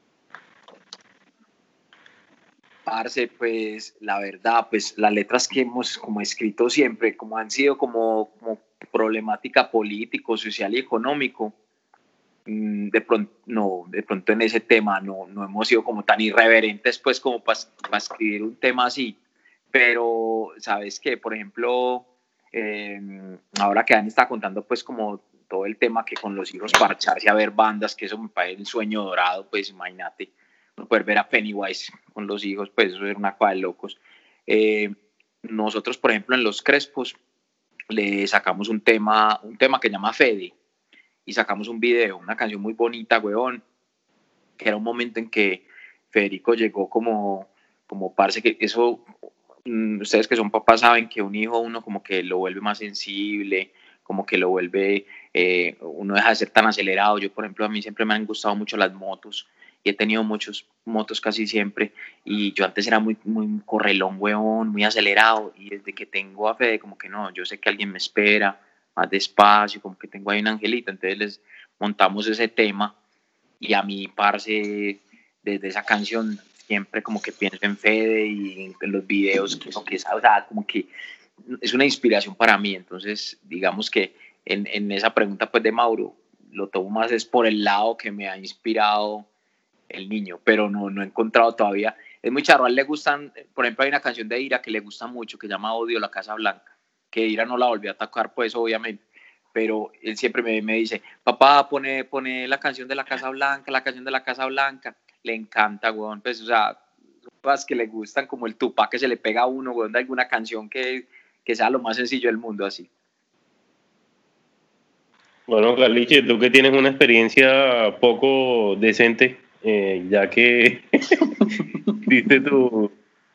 Parce, pues la verdad, pues las letras que hemos como escrito siempre, como han sido como problemática político, social y económico, de pronto en ese tema no hemos sido como tan irreverentes pues como para escribir un tema así, pero sabes que por ejemplo Ahora que Dani está contando pues como todo el tema que con los hijos parcharse a ver bandas, que eso me parece el sueño dorado, pues imagínate, poder ver a Pennywise con los hijos, pues eso era una cosa de locos. Nosotros, por ejemplo, en Los Crespos le sacamos un tema que se llama Fede, y sacamos un video, una canción muy bonita, weón, que era un momento en que Federico llegó como parce, que eso, ustedes que son papás saben que un hijo uno como que lo vuelve más sensible, como que lo vuelve, uno deja de ser tan acelerado. Yo, por ejemplo, a mí siempre me han gustado mucho las motos, y he tenido muchos motos casi siempre, y yo antes era muy correlón, weón, muy acelerado, y desde que tengo a Fede, como que no, yo sé que alguien me espera, más despacio, como que tengo ahí un angelito, entonces les montamos ese tema, y a mí, parce, desde esa canción siempre como que pienso en Fede y en los videos, que o sea, como que es una inspiración para mí. Entonces, digamos que en esa pregunta pues de Mauro, lo tomo más es por el lado que me ha inspirado el niño, pero no he encontrado todavía. Es muy charro, a él le gustan, por ejemplo, hay una canción de Ira que le gusta mucho, que se llama Odio la Casa Blanca, que Ira no la volvió a atacar, pues obviamente, pero él siempre me dice, papá, pone la canción de la Casa Blanca, le encanta, weón, pues, o sea, cosas que le gustan, como el Tupac que se le pega a uno, weón, de alguna canción que sea lo más sencillo del mundo, así. Bueno, Carliche, tú que tienes una experiencia poco decente, ya que viste tu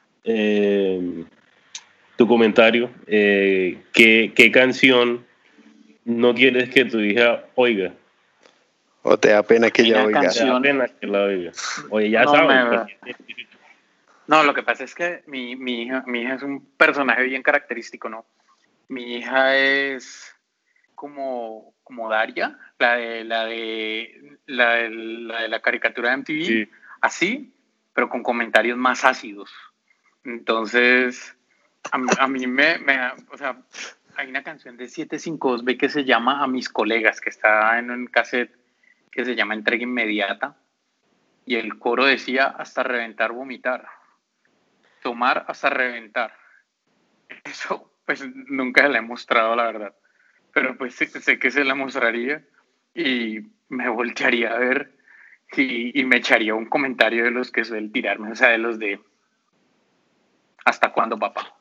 comentario, ¿qué canción no quieres que tu hija oiga? ¿O te da pena que ella oiga? Te da pena que la oiga. Oye, ya No, sabes. No, lo que pasa es que mi hija es un personaje bien característico, ¿no? Mi hija es como Daria, la de la caricatura de MTV, Sí. así, pero con comentarios más ácidos. Entonces, a mí o sea, hay una canción de 752B que se llama A mis colegas, que está en un cassette que se llama Entrega Inmediata, y el coro decía hasta reventar, vomitar, tomar hasta reventar. Eso pues nunca se la he mostrado, la verdad, pero pues sé que se la mostraría y me voltearía a ver y me echaría un comentario de los que suelen tirarme, o sea, de los de ¿hasta cuándo, papá?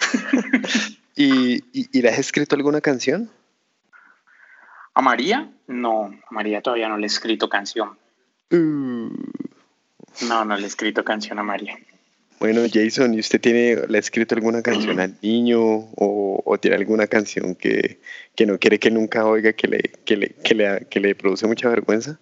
¿Y le has escrito alguna canción? ¿A María? No, a María todavía no le he escrito canción. No le he escrito canción a María. Bueno, Jason, ¿y usted le ha escrito alguna canción al niño o tiene alguna canción que no quiere que nunca oiga, que le produce mucha vergüenza?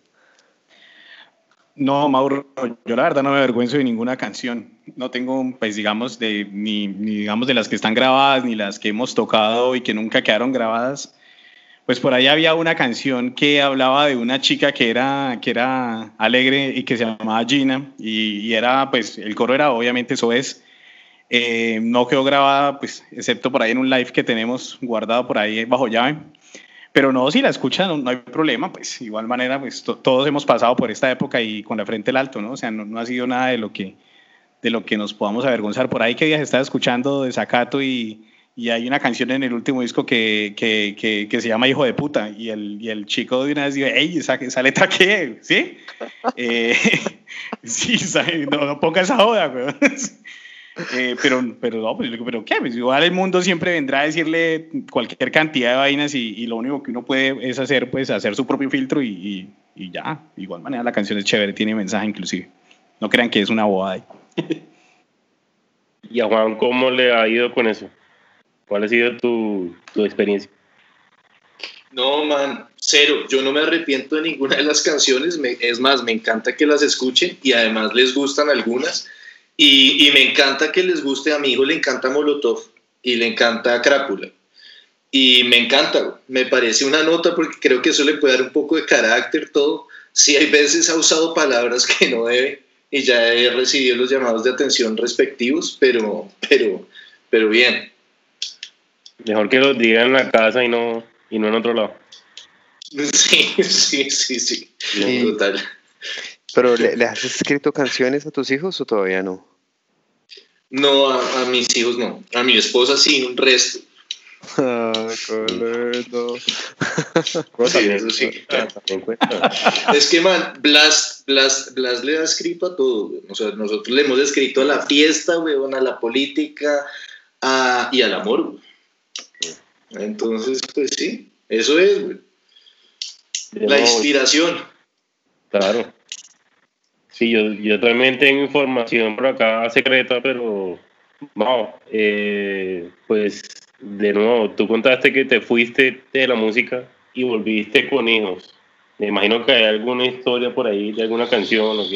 No, Mauro, yo la verdad no me avergüenzo de ninguna canción. No tengo, pues digamos, ni digamos de las que están grabadas, ni las que hemos tocado y que nunca quedaron grabadas. Pues por ahí había una canción que hablaba de una chica que era alegre y que se llamaba Gina, y era, pues, el coro era obviamente Eso Es. No quedó grabada, pues, excepto por ahí en un live que tenemos guardado por ahí bajo llave. Pero no, si la escuchan no hay problema, pues, igual manera, pues, todos hemos pasado por esta época y con la frente al alto, ¿no? O sea, no ha sido nada de lo que nos podamos avergonzar. Por ahí que días estaba escuchando Desacato y hay una canción en el último disco que se llama Hijo de Puta, y el chico de una vez dice, ¡ey, esa letra qué! ¿Sí? Sí, no ponga esa joda, güey. Pero no, pues, ¿pero qué? Pues igual el mundo siempre vendrá a decirle cualquier cantidad de vainas y lo único que uno puede es hacer su propio filtro y ya. De igual manera la canción es chévere, tiene mensaje inclusive. No crean que es una bobada. ¿Y a Juan cómo le ha ido con eso? ¿Cuál ha sido tu experiencia? No, man, cero. Yo no me arrepiento de ninguna de las canciones. Es más, me encanta que las escuchen y además les gustan algunas. Y me encanta que les guste. A mi hijo le encanta Molotov y le encanta Crápula. Y me encanta, me parece una nota porque creo que eso le puede dar un poco de carácter todo. Sí, hay veces ha usado palabras que no debe y ya he recibido los llamados de atención respectivos, pero bien. Mejor que los diga en la casa y no en otro lado. Sí. Total. ¿Pero le has escrito canciones a tus hijos o todavía no? No, a mis hijos no. A mi esposa sí, un resto. qué lindo. Sí, eso sí. También cuenta. Es que, man, Blas le da escrito a todo, güey. O sea, nosotros le hemos escrito a la fiesta, weón, a la política y al amor, güey. Entonces, pues sí, eso es, güey. La inspiración. Claro. Sí, yo también tengo información por acá secreta, pero no, pues de nuevo, tú contaste que te fuiste de la música y volviste con hijos. Me imagino que hay alguna historia por ahí de alguna canción o qué.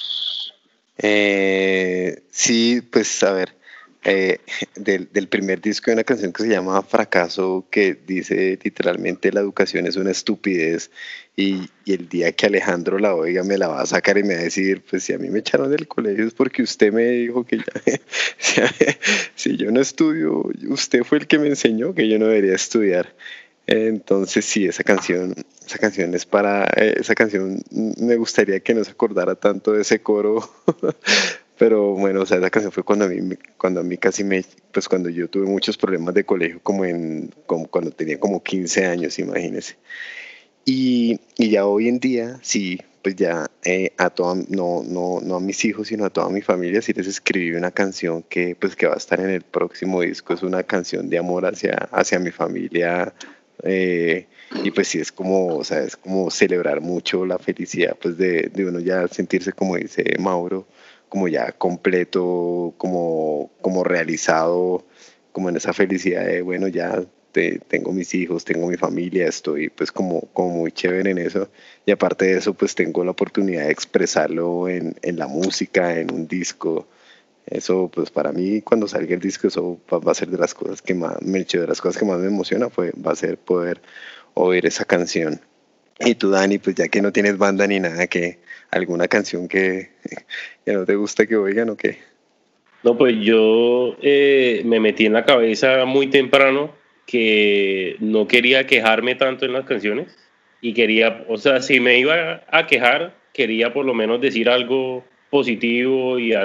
Sí, pues a ver, del primer disco hay una canción que se llama Fracaso, que dice literalmente la educación es una estupidez, y el día que Alejandro la oiga me la va a sacar y me va a decir, pues si a mí me echaron del colegio es porque usted me dijo que ya, si yo no estudio, usted fue el que me enseñó que yo no debería estudiar. Entonces sí, esa canción es esa canción me gustaría que no se acordara tanto de ese coro, pero bueno, o sea, esa canción fue cuando a mí casi pues cuando yo tuve muchos problemas de colegio, como cuando tenía como 15 años, imagínese. Y ya hoy en día, sí, pues ya no a mis hijos, sino a toda mi familia, sí les escribí una canción que va a estar en el próximo disco. Es una canción de amor hacia mi familia. Y pues sí, es como, o sea, es como celebrar mucho la felicidad, pues de uno ya sentirse, como dice Mauro, como ya completo, como realizado, como en esa felicidad de, bueno, ya tengo mis hijos, tengo mi familia, estoy pues como muy chévere en eso. Y aparte de eso, pues tengo la oportunidad de expresarlo en la música, en un disco. Eso, pues para mí, cuando salga el disco, eso va a ser de las cosas que más me emociona, va a ser poder oír esa canción. Y tú, Dani, pues ya que no tienes banda ni nada, que alguna canción que no te gusta que oigan o qué. No, pues yo me metí en la cabeza muy temprano que no quería quejarme tanto en las canciones y quería, o sea, si me iba a quejar, quería por lo menos decir algo positivo y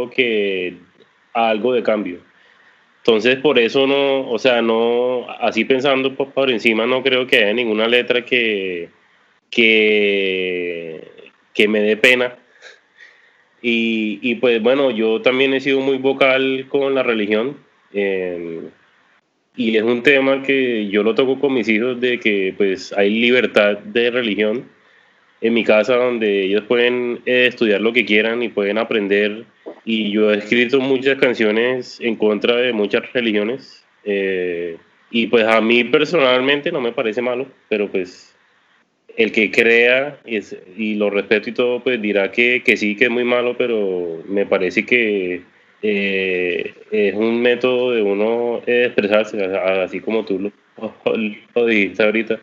algo de cambio. Entonces, por eso no, o sea, no, así pensando por encima, no creo que haya ninguna letra que me dé pena. Y pues bueno, yo también he sido muy vocal con la religión, y es un tema que yo lo toco con mis hijos, de que pues hay libertad de religión en mi casa, donde ellos pueden estudiar lo que quieran y pueden aprender. Y yo he escrito muchas canciones en contra de muchas religiones, y pues a mí personalmente no me parece malo, pero pues el que crea y lo respeto y todo, pues dirá que sí, que es muy malo, pero me parece que es un método de uno expresarse, así como tú lo dijiste ahorita.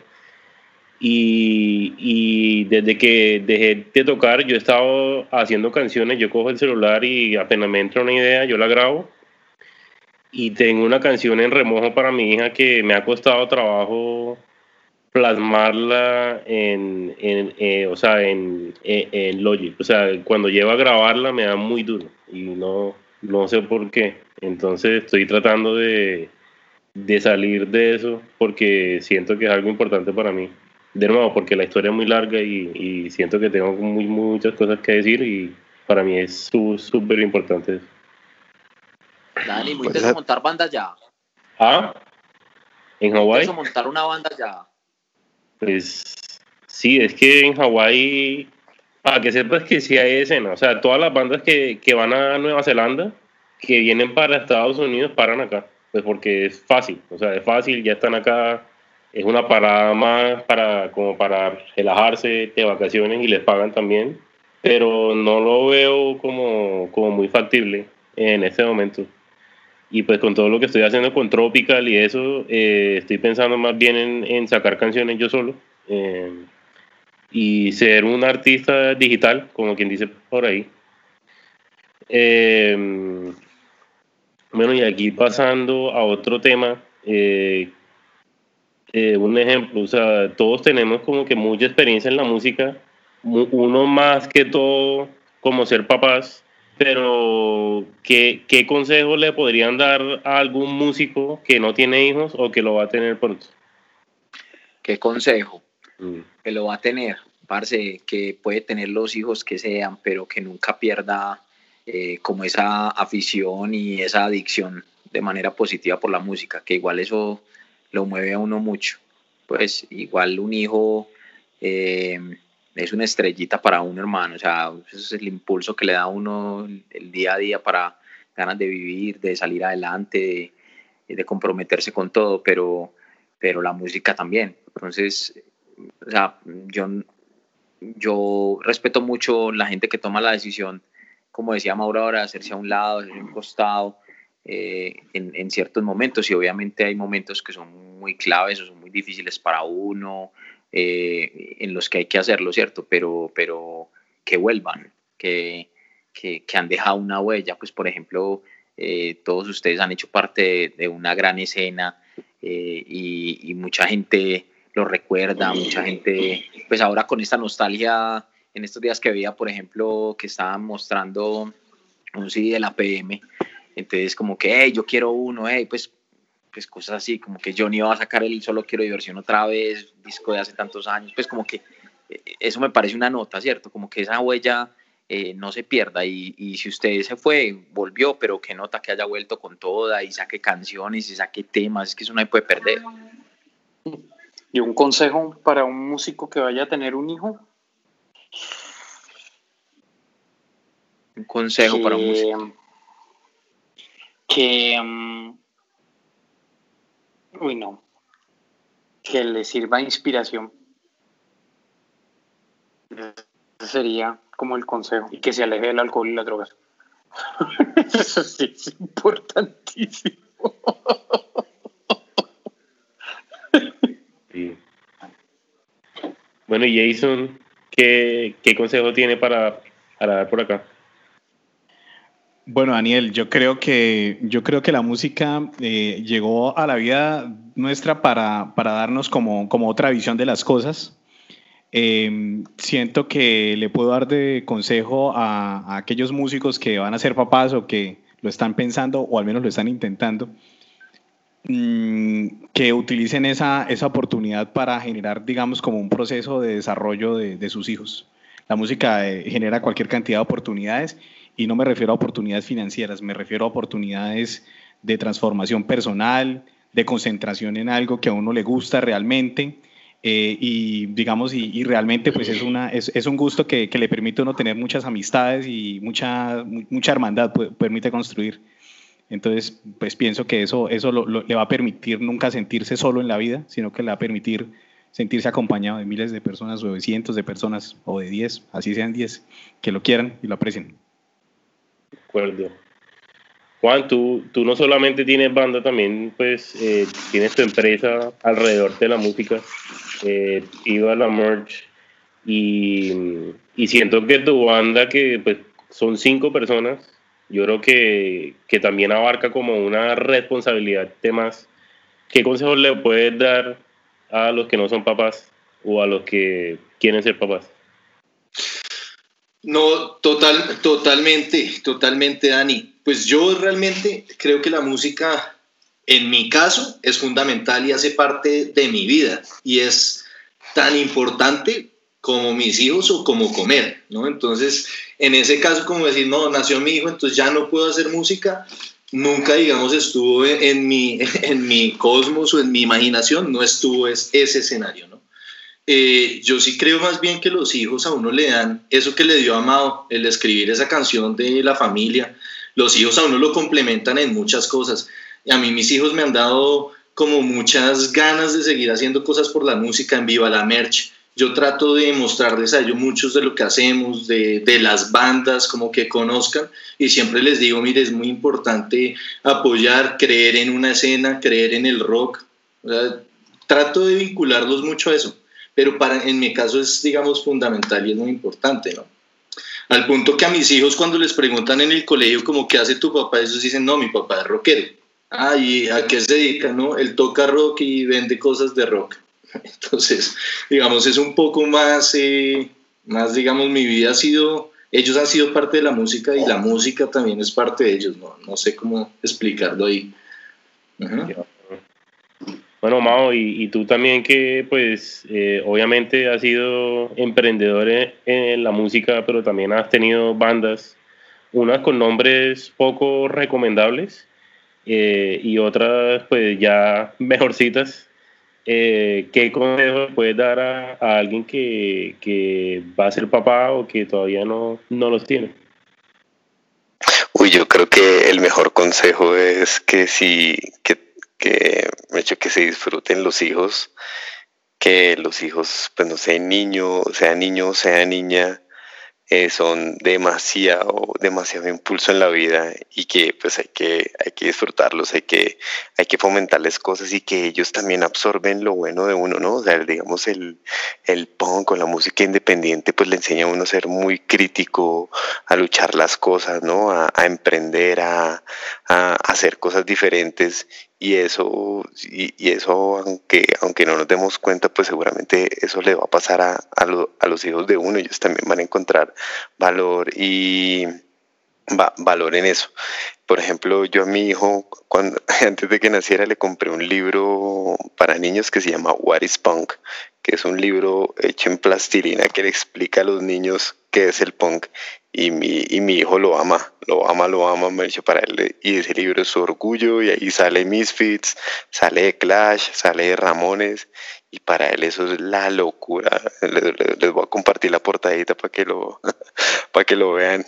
Y desde que dejé de tocar, yo he estado haciendo canciones. Yo cojo el celular y apenas me entra una idea, yo la grabo. Y tengo una canción en remojo para mi hija que me ha costado trabajo plasmarla o sea, en Logic. O sea, cuando llevo a grabarla me da muy duro y no sé por qué. Entonces estoy tratando de salir de eso, porque siento que es algo importante para mí. De nuevo, porque la historia es muy larga y siento que tengo muchas cosas que decir, y para mí es súper importante eso. Dani, muy teso montar bandas ya. ¿Ah? ¿En Hawái? Muy teso montar una banda ya. Pues sí, es que en Hawái, para que sepas que sí hay escena, o sea, todas las bandas que van a Nueva Zelanda, que vienen para Estados Unidos, paran acá, pues porque es fácil, o sea, es fácil, ya están acá, es una parada más como para relajarse de vacaciones, y les pagan también, pero no lo veo como muy factible en este momento. Y pues con todo lo que estoy haciendo con Tropical y eso, estoy pensando más bien en sacar canciones yo solo, y ser un artista digital, como quien dice por ahí. Bueno, y aquí pasando a otro tema, un ejemplo, o sea, todos tenemos como que mucha experiencia en la música, uno más que todo como ser papás, Pero, ¿qué consejo le podrían dar a algún músico que no tiene hijos o que lo va a tener pronto? ¿Qué consejo? Que lo va a tener, parce, que puede tener los hijos que sean, pero que nunca pierda como esa afición y esa adicción de manera positiva por la música, que igual eso lo mueve a uno mucho. Pues igual un hijo es una estrellita para uno, hermano. O sea, ese es el impulso que le da a uno el día a día para ganas de vivir, de salir adelante, de comprometerse con todo, pero la música también. Entonces, o sea, yo respeto mucho la gente que toma la decisión, como decía Mauro ahora, de hacerse a un lado, de hacerse a un costado en ciertos momentos, y obviamente hay momentos que son muy claves o son muy difíciles para uno, en los que hay que hacerlo, ¿cierto? Pero que vuelvan, que han dejado una huella. Pues por ejemplo, todos ustedes han hecho parte de una gran escena, y mucha gente lo recuerda, mucha gente, pues ahora con esta nostalgia, en estos días que veía, por ejemplo, que estaban mostrando un CD de la PM, entonces como que, hey, yo quiero uno, hey, pues cosas así, como que Johnny va a sacar el Solo Quiero Diversión otra vez, disco de hace tantos años, pues como que eso me parece una nota, ¿cierto? Como que esa huella no se pierda, y si usted se fue, volvió, pero qué nota que haya vuelto con toda y saque canciones y saque temas, es que eso no se puede perder. ¿Y un consejo para un músico que vaya a tener un hijo? Un consejo para un músico. Que le sirva de inspiración. Ese sería como el consejo. Y que se aleje del alcohol y las drogas. Eso sí es importantísimo. Sí. Bueno, y Jason, ¿qué consejo tiene para dar por acá? Bueno, Daniel, yo creo que la música llegó a la vida nuestra para darnos como otra visión de las cosas. Siento que le puedo dar de consejo a aquellos músicos que van a ser papás o que lo están pensando o al menos lo están intentando, que utilicen esa oportunidad para generar, digamos, como un proceso de desarrollo de sus hijos. La música genera cualquier cantidad de oportunidades, y no me refiero a oportunidades financieras, me refiero a oportunidades de transformación personal, de concentración en algo que a uno le gusta realmente, y digamos, y realmente pues es un gusto que le permite a uno tener muchas amistades y mucha hermandad, permite construir. Entonces, pues pienso que eso le va a permitir nunca sentirse solo en la vida, sino que le va a permitir sentirse acompañado de miles de personas o de cientos de personas o de 10, así sean 10, que lo quieran y lo aprecien. De acuerdo. Juan, tú no solamente tienes banda, también pues tienes tu empresa alrededor de la música, iba a la merch, y siento que tu banda, que pues son 5 personas, yo creo que también abarca como una responsabilidad de más. ¿Qué consejos le puedes dar a los que no son papás o a los que quieren ser papás? No, totalmente, Dani. Pues yo realmente creo que la música, en mi caso, es fundamental y hace parte de mi vida, y es tan importante como mis hijos o como comer, ¿no? Entonces, en ese caso, como decir, no, nació mi hijo, entonces ya no puedo hacer música, nunca, digamos, estuvo en mi cosmos o en mi imaginación, no estuvo ese escenario, ¿no? Yo sí creo más bien que los hijos a uno le dan eso que le dio a Mao, el escribir esa canción de la familia. Los hijos a uno lo complementan en muchas cosas. Y a mí mis hijos me han dado como muchas ganas de seguir haciendo cosas por la música. En Viva la Merch yo trato de mostrarles a ellos muchos de lo que hacemos, de las bandas, como que conozcan, y siempre les digo, mire, es muy importante apoyar, creer en una escena, creer en el rock. O sea, trato de vincularlos mucho a eso, pero en mi caso es, digamos, fundamental y es muy importante, ¿no? Al punto que a mis hijos, cuando les preguntan en el colegio como qué hace tu papá, ellos dicen, no, mi papá es rockero. Ah, ¿y a qué se dedica? No, él toca rock y vende cosas de rock. Entonces, digamos, es un poco más, digamos, mi vida ha sido ellos han sido parte de la música y la música también es parte de ellos, no sé cómo explicarlo ahí. Uh-huh. Bueno, Mao, y tú también que pues obviamente has sido emprendedor en la música, pero también has tenido bandas, unas con nombres poco recomendables y otras pues ya mejorcitas. ¿Qué consejo puedes dar a alguien que va a ser papá o que todavía no los tiene? Uy, yo creo que el mejor consejo es que que se disfruten los hijos, que los hijos, pues no sé, niño, sea niña, son demasiado impulso en la vida y que pues hay que disfrutarlos, hay que fomentarles cosas y que ellos también absorben lo bueno de uno, ¿no? O sea, digamos el punk o la música independiente pues le enseña a uno a ser muy crítico, a luchar las cosas, ¿no? A emprender, a hacer cosas diferentes y eso aunque no nos demos cuenta pues seguramente eso le va a pasar a los hijos de uno, ellos también van a encontrar valor y valor en eso. Por ejemplo, yo a mi hijo antes de que naciera le compré un libro para niños que se llama What is Punk, que es un libro hecho en plastilina que le explica a los niños qué es el punk. Y mi hijo lo ama, me dicho para él, y ese libro es su orgullo, y ahí sale Misfits, sale Clash, sale Ramones, y para él eso es la locura. Les voy a compartir la portadita para que lo vean.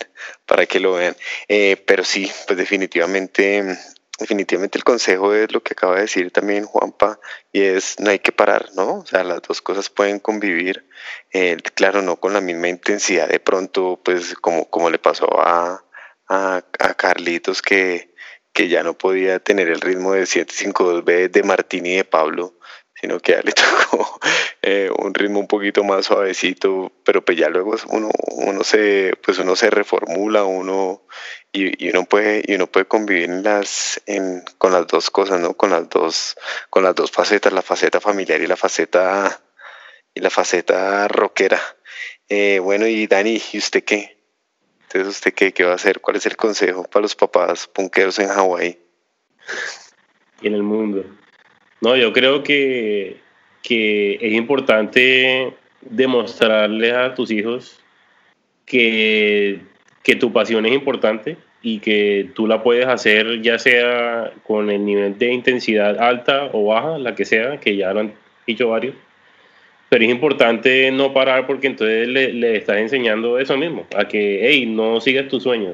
Pero sí, pues definitivamente el consejo es lo que acaba de decir también Juanpa, y es no hay que parar, ¿no? O sea, las dos cosas pueden convivir, claro, no con la misma intensidad de pronto, pues como le pasó a Carlitos, que ya no podía tener el ritmo de 752B de Martín y de Pablo, sino que ya le tocó un ritmo un poquito más suavecito, pero pues ya luego uno se reformula, y uno puede convivir con las dos cosas, ¿no? Con las dos facetas, la faceta familiar y la faceta rockera. Bueno, y Dani, ¿y usted qué? Entonces, ¿usted qué va a hacer? ¿Cuál es el consejo para los papás punqueros en Hawái? Y en el mundo. No, yo creo que es importante demostrarles a tus hijos que tu pasión es importante y que tú la puedes hacer ya sea con el nivel de intensidad alta o baja, la que sea, que ya lo han dicho varios. Pero es importante no parar porque entonces le estás enseñando eso mismo, a que, hey, no sigas tus sueños.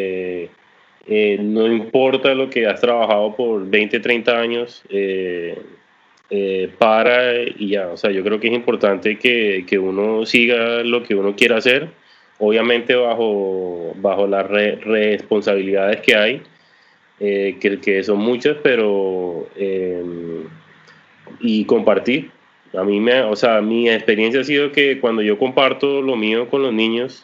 No importa lo que has trabajado por 20, 30 años, para y ya. O sea, yo creo que es importante que uno siga lo que uno quiera hacer, obviamente bajo las responsabilidades que hay, que son muchas, pero y compartir. Mi experiencia ha sido que cuando yo comparto lo mío con los niños,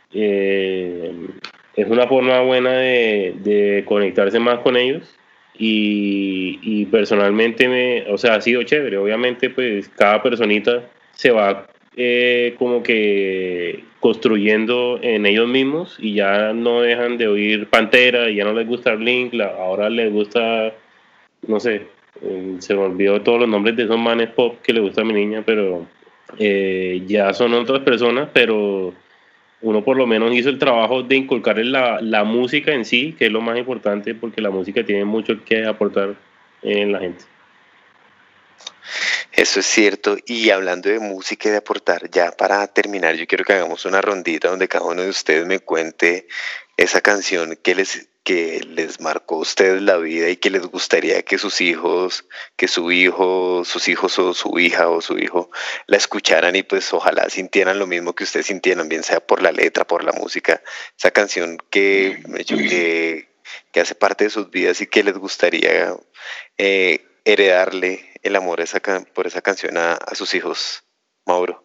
es una forma buena de conectarse más con ellos y personalmente ha sido chévere. Obviamente pues cada personita se va como que construyendo en ellos mismos y ya no dejan de oír Pantera y ya no les gusta Blink, ahora les gusta, no sé, se me olvidó todos los nombres de esos manes pop que le gusta a mi niña, pero ya son otras personas, pero uno por lo menos hizo el trabajo de inculcarle la música en sí, que es lo más importante, porque la música tiene mucho que aportar en la gente. Eso es cierto, y hablando de música y de aportar, ya para terminar, yo quiero que hagamos una rondita donde cada uno de ustedes me cuente esa canción que les marcó a ustedes la vida y que les gustaría que sus hijos o su hija o su hijo la escucharan y pues ojalá sintieran lo mismo que ustedes sintieran, bien sea por la letra, por la música, esa canción que hace parte de sus vidas y que les gustaría heredarle el amor por esa canción a sus hijos. Mauro.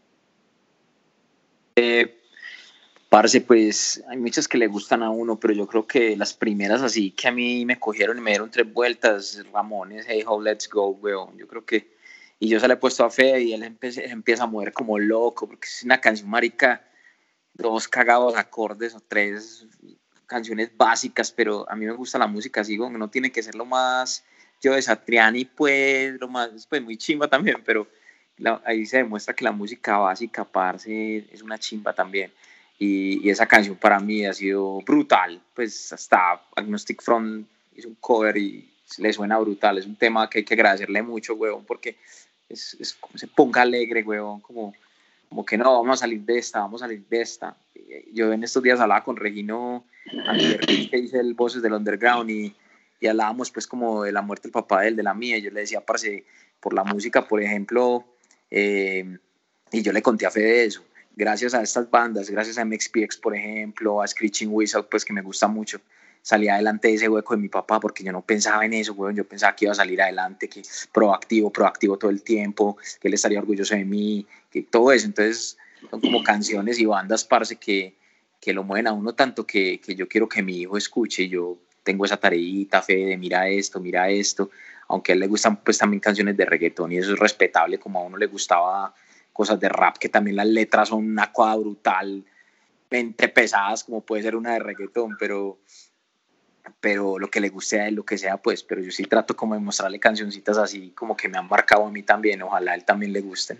Parce, pues hay muchas que le gustan a uno, pero yo creo que las primeras así que a mí me cogieron y me dieron 3 vueltas, Ramones, Hey Ho, Let's Go, weón. Yo creo que, y yo se la he puesto a Fe y él empieza a mover como loco, porque es una canción marica, 2 cagados acordes o 3 canciones básicas, pero a mí me gusta la música así, no tiene que ser lo más yo de Satriani, pues lo más, pues muy chimba también, pero ahí se demuestra que la música básica, parce, es una chimba también. Y esa canción para mí ha sido brutal, pues hasta Agnostic Front hizo un cover y le suena brutal. Es un tema que hay que agradecerle mucho, huevón, porque es como se ponga alegre, huevón, como que no, vamos a salir de esta. Yo en estos días hablaba con Regino, que hice el Voces del Underground, y hablábamos pues como de la muerte del papá de la mía, y yo le decía, parce, por la música, por ejemplo, y yo le conté a Fede eso. Gracias a estas bandas, gracias a MXPX, por ejemplo, a Screeching Weasel, pues que me gusta mucho, salí adelante de ese hueco de mi papá, porque yo no pensaba en eso, weón. Yo pensaba que iba a salir adelante, que proactivo todo el tiempo, que él estaría orgulloso de mí, que todo eso. Entonces son como canciones y bandas, parce, que lo mueven a uno tanto que yo quiero que mi hijo escuche. Y yo tengo esa tareita, Fede, mira esto, aunque a él le gustan pues también canciones de reggaetón, y eso es respetable, como a uno le gustaba cosas de rap, que también las letras son una cosa brutalmente pesadas, como puede ser una de reggaetón, pero lo que le guste a él, lo que sea, pues, pero yo sí trato como de mostrarle cancioncitas así como que me han marcado a mí también, ojalá a él también le gusten.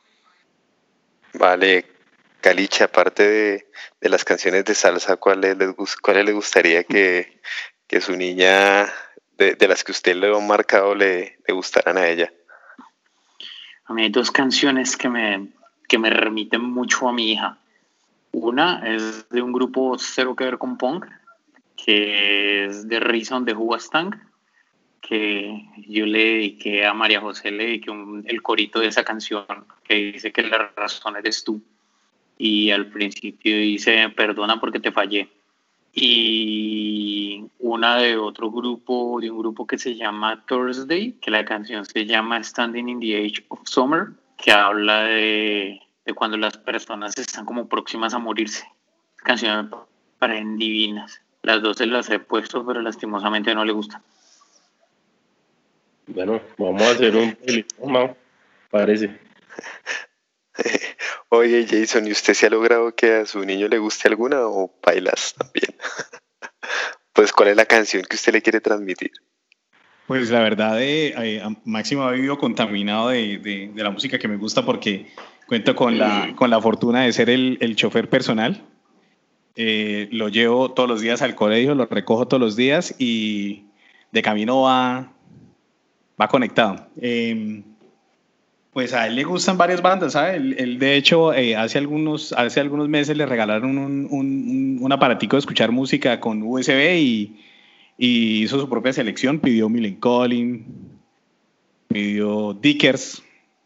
Vale, Caliche, aparte de las canciones de salsa, ¿cuáles le gustaría que su niña, de las que usted le ha marcado, le gustaran a ella? A mí hay 2 canciones que me remiten mucho a mi hija. Una es de un grupo cero que ver con punk, que es The Reason de Who Was Tank, que yo le dediqué a María José, le dediqué el corito de esa canción, que dice que la razón eres tú. Y al principio dice, perdona porque te fallé. Y una de un grupo que se llama Thursday, que la canción se llama Standing in the Age of Summer, que habla de cuando las personas están como próximas a morirse. Canciones me parecen divinas. Las 2 se las he puesto, pero lastimosamente no le gustan. Bueno, vamos a hacer un playlist, ¿no? Parece. Oye, Jason, ¿y usted se ha logrado que a su niño le guste alguna o bailas también? Pues, ¿cuál es la canción que usted le quiere transmitir? Pues la verdad, Máximo ha vivido contaminado de la música que me gusta, porque cuento con la fortuna de ser el chofer personal. Lo llevo todos los días al colegio, lo recojo todos los días y de camino va conectado. Pues a él le gustan varias bandas, ¿sabes? Él de hecho, hace algunos meses le regalaron un aparatico de escuchar música con USB y hizo su propia selección. Pidió Millencolin, pidió Dickers,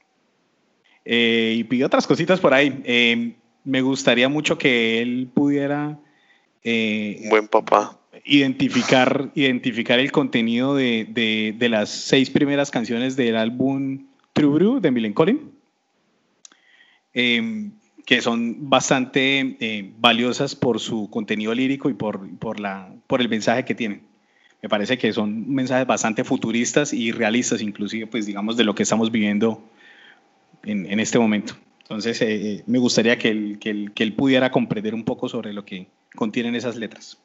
y pidió otras cositas por ahí. Me gustaría mucho que él pudiera buen papá identificar el contenido de las 6 primeras canciones del álbum True Brew de Millencolin, que son bastante valiosas por su contenido lírico y por el mensaje que tienen. Me parece que son mensajes bastante futuristas y realistas, inclusive, pues digamos, de lo que estamos viviendo en este momento. Entonces, me gustaría que él pudiera comprender un poco sobre lo que contienen esas letras.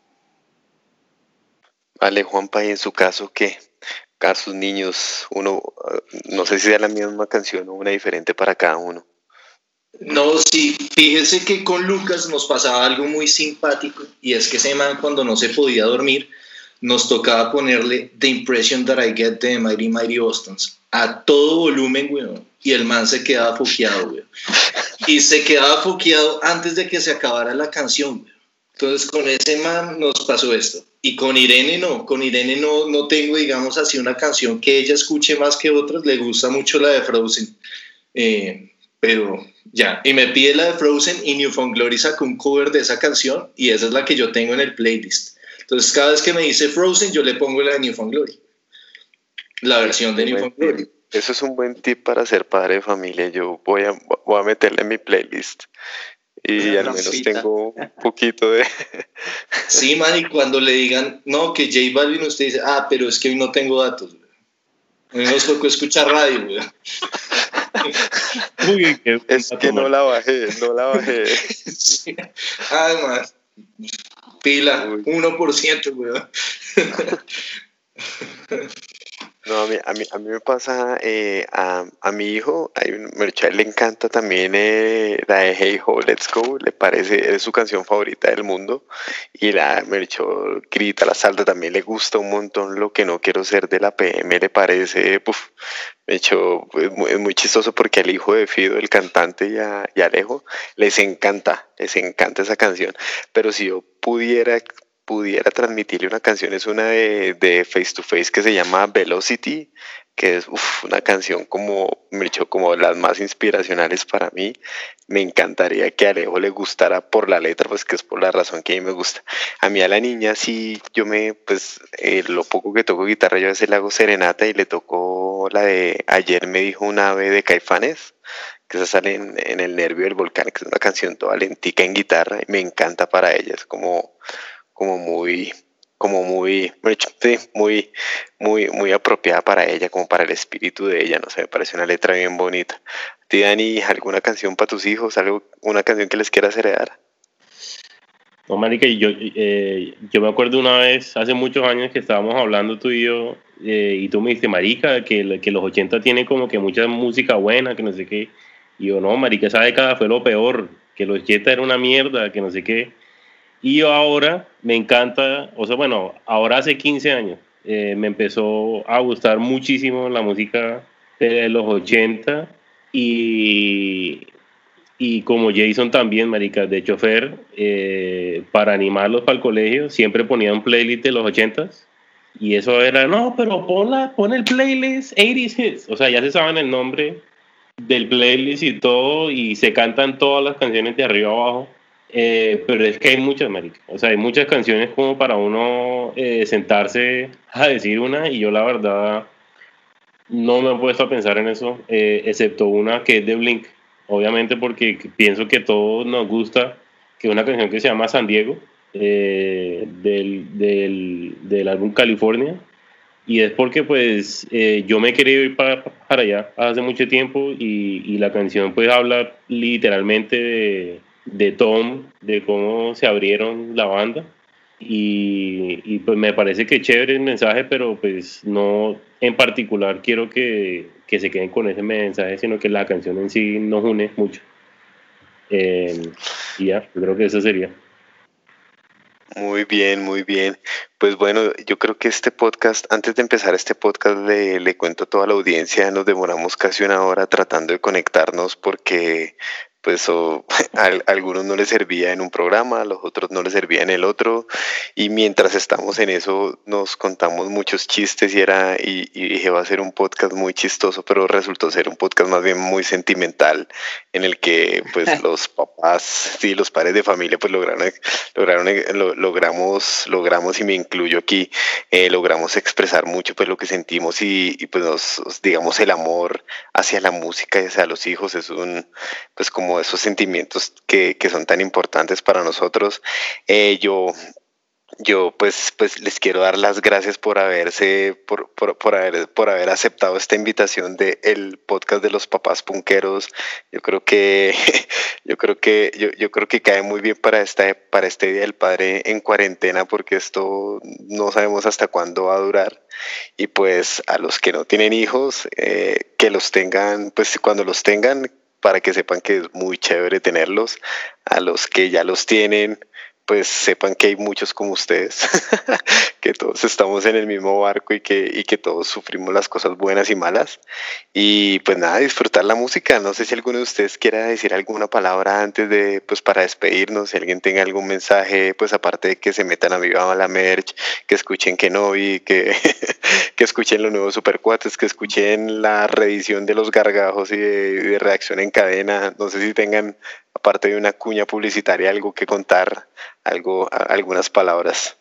Vale, Juanpa, y en su caso, ¿qué? A sus niños, uno, no sé si sea la misma canción o una diferente para cada uno. No, sí, fíjese que con Lucas nos pasaba algo muy simpático, y es que ese man, cuando no se podía dormir, nos tocaba ponerle The Impression That I Get de Mighty Mighty Bostons a todo volumen, weón, y el man se quedaba foqueado, weón. Y se quedaba foqueado antes de que se acabara la canción, weón. Entonces con ese man nos pasó esto. Y con Irene no tengo, digamos así, una canción que ella escuche más que otras. Le gusta mucho la de Frozen, pero ya, y me pide la de Frozen, y New Found Glory sacó un cover de esa canción, y esa es la que yo tengo en el playlist. Entonces cada vez que me dice Frozen, yo le pongo la de New Found Glory, la versión de New Found Glory. Eso es un buen tip para ser padre de familia. Yo voy a meterle en mi playlist y al menos tengo un poquito de... Sí, man, y cuando le digan, no, que J Balvin, usted dice, pero es que hoy no tengo datos, güey. Hoy nos tocó escuchar radio, güey. Uy, qué Es que no la bajé. Sí. Además, pila, Uy. 1%, weón. No, a mí me pasa, a mi hijo, a él le encanta también la de Hey Ho, Let's Go, le parece, es su canción favorita del mundo, y Mercho grita, la salta, también le gusta un montón Lo que no quiero ser de la PM, le parece, Mercho, es muy chistoso porque al hijo de Fido, el cantante, y a Alejo, les encanta esa canción, pero si yo pudiera transmitirle una canción, es una de Face to Face que se llama Velocity, que es una canción como las más inspiracionales para mí. Me encantaría que a Alejo le gustara por la letra, pues que es por la razón que a mí me gusta. A mí a la niña sí, lo poco que toco guitarra, yo a veces le hago serenata y le tocó la de Ayer me dijo un ave de Caifanes, que esa sale en El nervio del volcán, que es una canción toda lentica en guitarra y me encanta para ella, es como muy, sí, muy apropiada para ella, como para el espíritu de ella, no sé, me parece una letra bien bonita. ¿A ti, Dani, alguna canción para tus hijos, una canción que les quieras heredar? No, marica, yo me acuerdo una vez, hace muchos años que estábamos hablando tú y yo, y tú me dijiste, marica, que los 80 tienen como que mucha música buena, que no sé qué. Y yo, no, marica, esa década fue lo peor, que los 80 era una mierda, que no sé qué. Y yo ahora me encanta, o sea, bueno, ahora hace 15 años me empezó a gustar muchísimo la música de los 80 y como Jason también, marica, de chofer, para animarlos para el colegio, siempre ponía un playlist de los 80s y eso era, no, pero pon el playlist 80s Hits, o sea, ya se saben el nombre del playlist y todo y se cantan todas las canciones de arriba abajo. Pero es que hay muchas, marica. O sea, hay muchas canciones como para uno sentarse a decir una y yo la verdad no me he puesto a pensar en eso, excepto una que es de Blink. Obviamente porque pienso que a todos nos gusta, que es una canción que se llama San Diego, del álbum California. Y es porque pues yo me he querido ir para allá hace mucho tiempo y la canción pues habla literalmente de Tom, de cómo se abrieron la banda y pues me parece que chévere el mensaje, pero pues no en particular quiero que se queden con ese mensaje, sino que la canción en sí nos une mucho. Y ya, yo creo que eso sería. Muy bien, muy bien. Pues bueno, yo creo que este podcast, antes de empezar este podcast, le cuento a toda la audiencia, nos demoramos casi una hora tratando de conectarnos porque pues a algunos no les servía en un programa, a los otros no les servía en el otro, y mientras estamos en eso nos contamos muchos chistes y dije va a ser un podcast muy chistoso, pero resultó ser un podcast más bien muy sentimental, en el que pues los papás, sí, los padres de familia pues logramos y me incluyo aquí, logramos expresar mucho pues lo que sentimos y pues digamos el amor hacia la música y hacia los hijos es pues como esos sentimientos que son tan importantes para nosotros. Yo pues les quiero dar las gracias por haber aceptado esta invitación del podcast de los papás punqueros. Yo creo que cae muy bien para este Día del Padre en cuarentena, porque esto no sabemos hasta cuándo va a durar. Y pues a los que no tienen hijos, que los tengan, pues cuando los tengan, para que sepan que es muy chévere tenerlos. A los que ya los tienen, pues sepan que hay muchos como ustedes, que todos estamos en el mismo barco y que todos sufrimos las cosas buenas y malas. Y pues nada, disfrutar la música. No sé si alguno de ustedes quiera decir alguna palabra antes de, pues para despedirnos, si alguien tenga algún mensaje, pues aparte de que se metan a Viva la Merch, que escuchen Kenobi, que escuchen los nuevos Supercuates, que escuchen la reedición de Los Gargajos y de Reacción en Cadena. No sé si tengan, aparte de una cuña publicitaria, algo que contar, algunas palabras.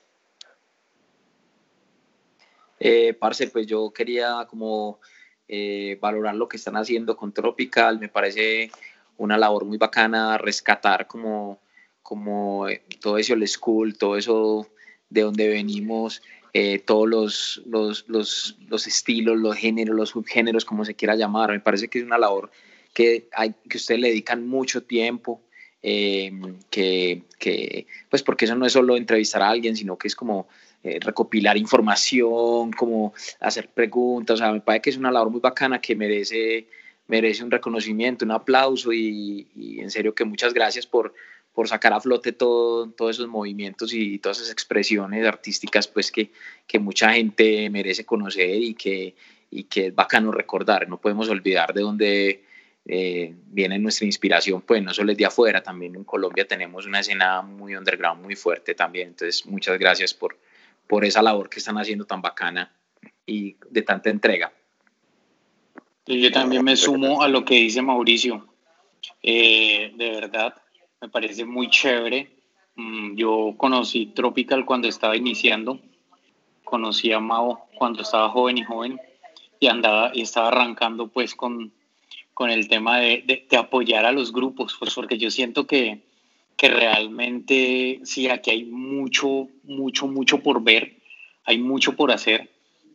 Parce, pues yo quería como valorar lo que están haciendo con Tropical. Me parece una labor muy bacana rescatar como todo eso old school, todo eso de donde venimos, todos los estilos, los géneros, los subgéneros, como se quiera llamar. Me parece que es una labor que ustedes le dedican mucho tiempo, pues porque eso no es solo entrevistar a alguien, sino que es como recopilar información, como hacer preguntas. O sea, me parece que es una labor muy bacana que merece un reconocimiento, un aplauso, y en serio que muchas gracias por sacar a flote todos esos movimientos y todas esas expresiones artísticas, pues que mucha gente merece conocer y que es bacano recordar. No podemos olvidar de dónde viene nuestra inspiración, pues no solo es de afuera, también en Colombia tenemos una escena muy underground, muy fuerte también. Entonces, muchas gracias por esa labor que están haciendo tan bacana y de tanta entrega. Y yo también me sumo a lo que dice Mauricio. De verdad, me parece muy chévere. Yo conocí Tropical cuando estaba iniciando, conocí a Mao cuando estaba joven y estaba arrancando pues con el tema de apoyar a los grupos, pues porque yo siento que realmente sí, aquí hay mucho por ver, hay mucho por hacer,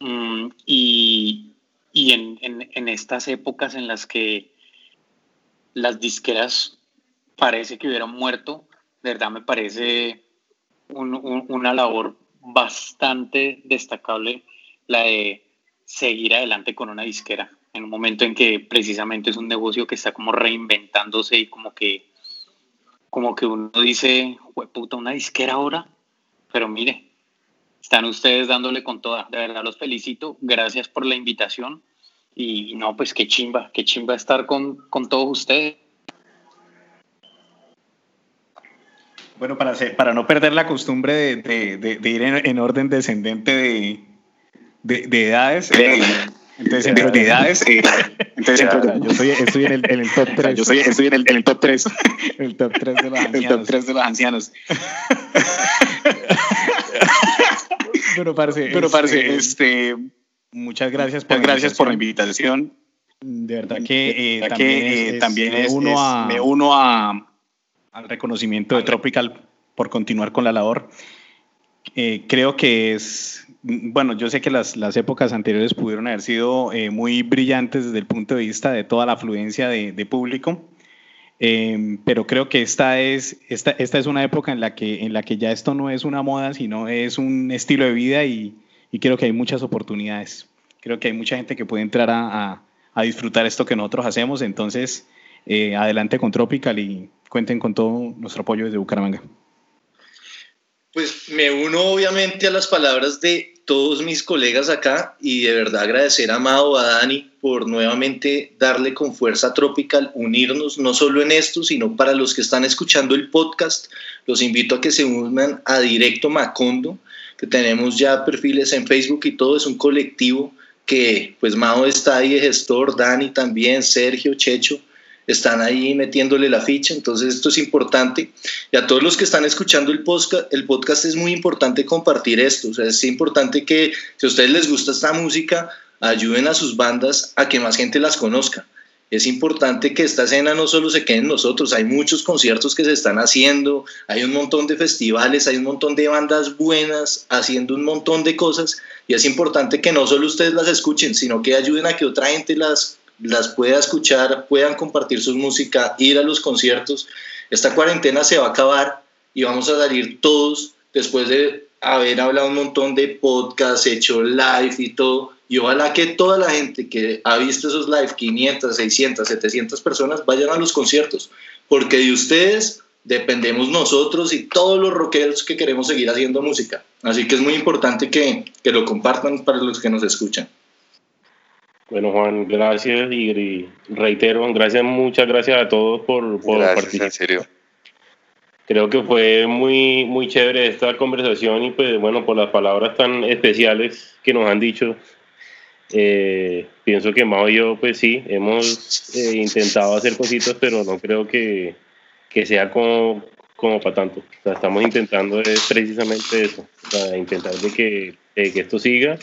y en estas épocas en las que las disqueras parece que hubieran muerto, de verdad me parece una labor bastante destacable la de seguir adelante con una disquera en un momento en que precisamente es un negocio que está como reinventándose y como que uno dice, puta, una disquera ahora, pero mire, están ustedes dándole con toda. De verdad los felicito, gracias por la invitación y no, pues qué chimba estar con todos ustedes. Bueno, para no perder la costumbre de ir en orden descendente de edades, entonces estoy en el top 3. Yo estoy en el top 3. El top 3 de los ancianos. El top 3 de los ancianos. Pero parce, muchas gracias por la invitación. De verdad que también me uno al reconocimiento de Tropical por continuar con la labor. Creo que yo sé que las épocas anteriores pudieron haber sido muy brillantes desde el punto de vista de toda la afluencia de público, pero creo que esta es una época en la que ya esto no es una moda, sino es un estilo de vida, y creo que hay muchas oportunidades. Creo que hay mucha gente que puede entrar a disfrutar esto que nosotros hacemos. Entonces, adelante con Tropical y cuenten con todo nuestro apoyo desde Bucaramanga. Pues me uno obviamente a las palabras de todos mis colegas acá, y de verdad agradecer a Mao, a Dani, por nuevamente darle con fuerza a Tropical, unirnos no solo en esto, sino para los que están escuchando el podcast, los invito a que se unan a Directo Macondo, que tenemos ya perfiles en Facebook y todo. Es un colectivo que pues Mao está ahí de gestor, Dani también, Sergio, Checho, están ahí metiéndole la ficha. Entonces esto es importante, y a todos los que están escuchando el podcast es muy importante compartir esto. O sea, es importante que si a ustedes les gusta esta música, ayuden a sus bandas a que más gente las conozca. Es importante que esta escena no solo se quede en nosotros, hay muchos conciertos que se están haciendo, hay un montón de festivales, hay un montón de bandas buenas haciendo un montón de cosas, y es importante que no solo ustedes las escuchen, sino que ayuden a que otra gente las pueda escuchar, puedan compartir su música, ir a los conciertos. Esta cuarentena se va a acabar y vamos a salir todos después de haber hablado un montón de podcasts, hecho live y todo, y ojalá que toda la gente que ha visto esos live, 500, 600, 700 personas, vayan a los conciertos, porque de ustedes dependemos nosotros y todos los rockeros que queremos seguir haciendo música. Así que es muy importante que lo compartan para los que nos escuchan. Bueno, Juan, gracias, y reitero, muchas gracias a todos por participar. En serio. Creo que fue muy, muy chévere esta conversación, y pues bueno, por las palabras tan especiales que nos han dicho, pienso que Mao y yo pues sí, hemos intentado hacer cositas, pero no creo que sea como para tanto. O sea, estamos intentando precisamente eso, o sea, intentar de que esto siga.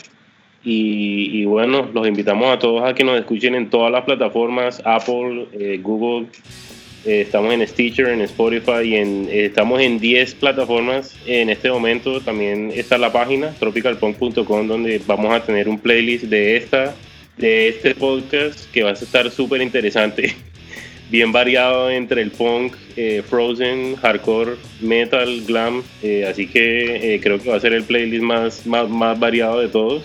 Y bueno, los invitamos a todos a que nos escuchen en todas las plataformas, Apple, Google, estamos en Stitcher, en Spotify, y estamos en 10 plataformas en este momento. También está la página tropicalpunk.com, donde vamos a tener un playlist de este podcast que va a estar súper interesante. bien variado entre el punk, frozen, hardcore, metal, glam, así que creo que va a ser el playlist más variado de todos.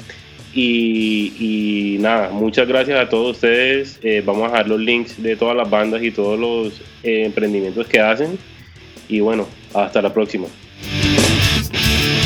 Y nada, muchas gracias a todos ustedes. Vamos a dejar los links de todas las bandas y todos los emprendimientos que hacen. Y bueno, hasta la próxima.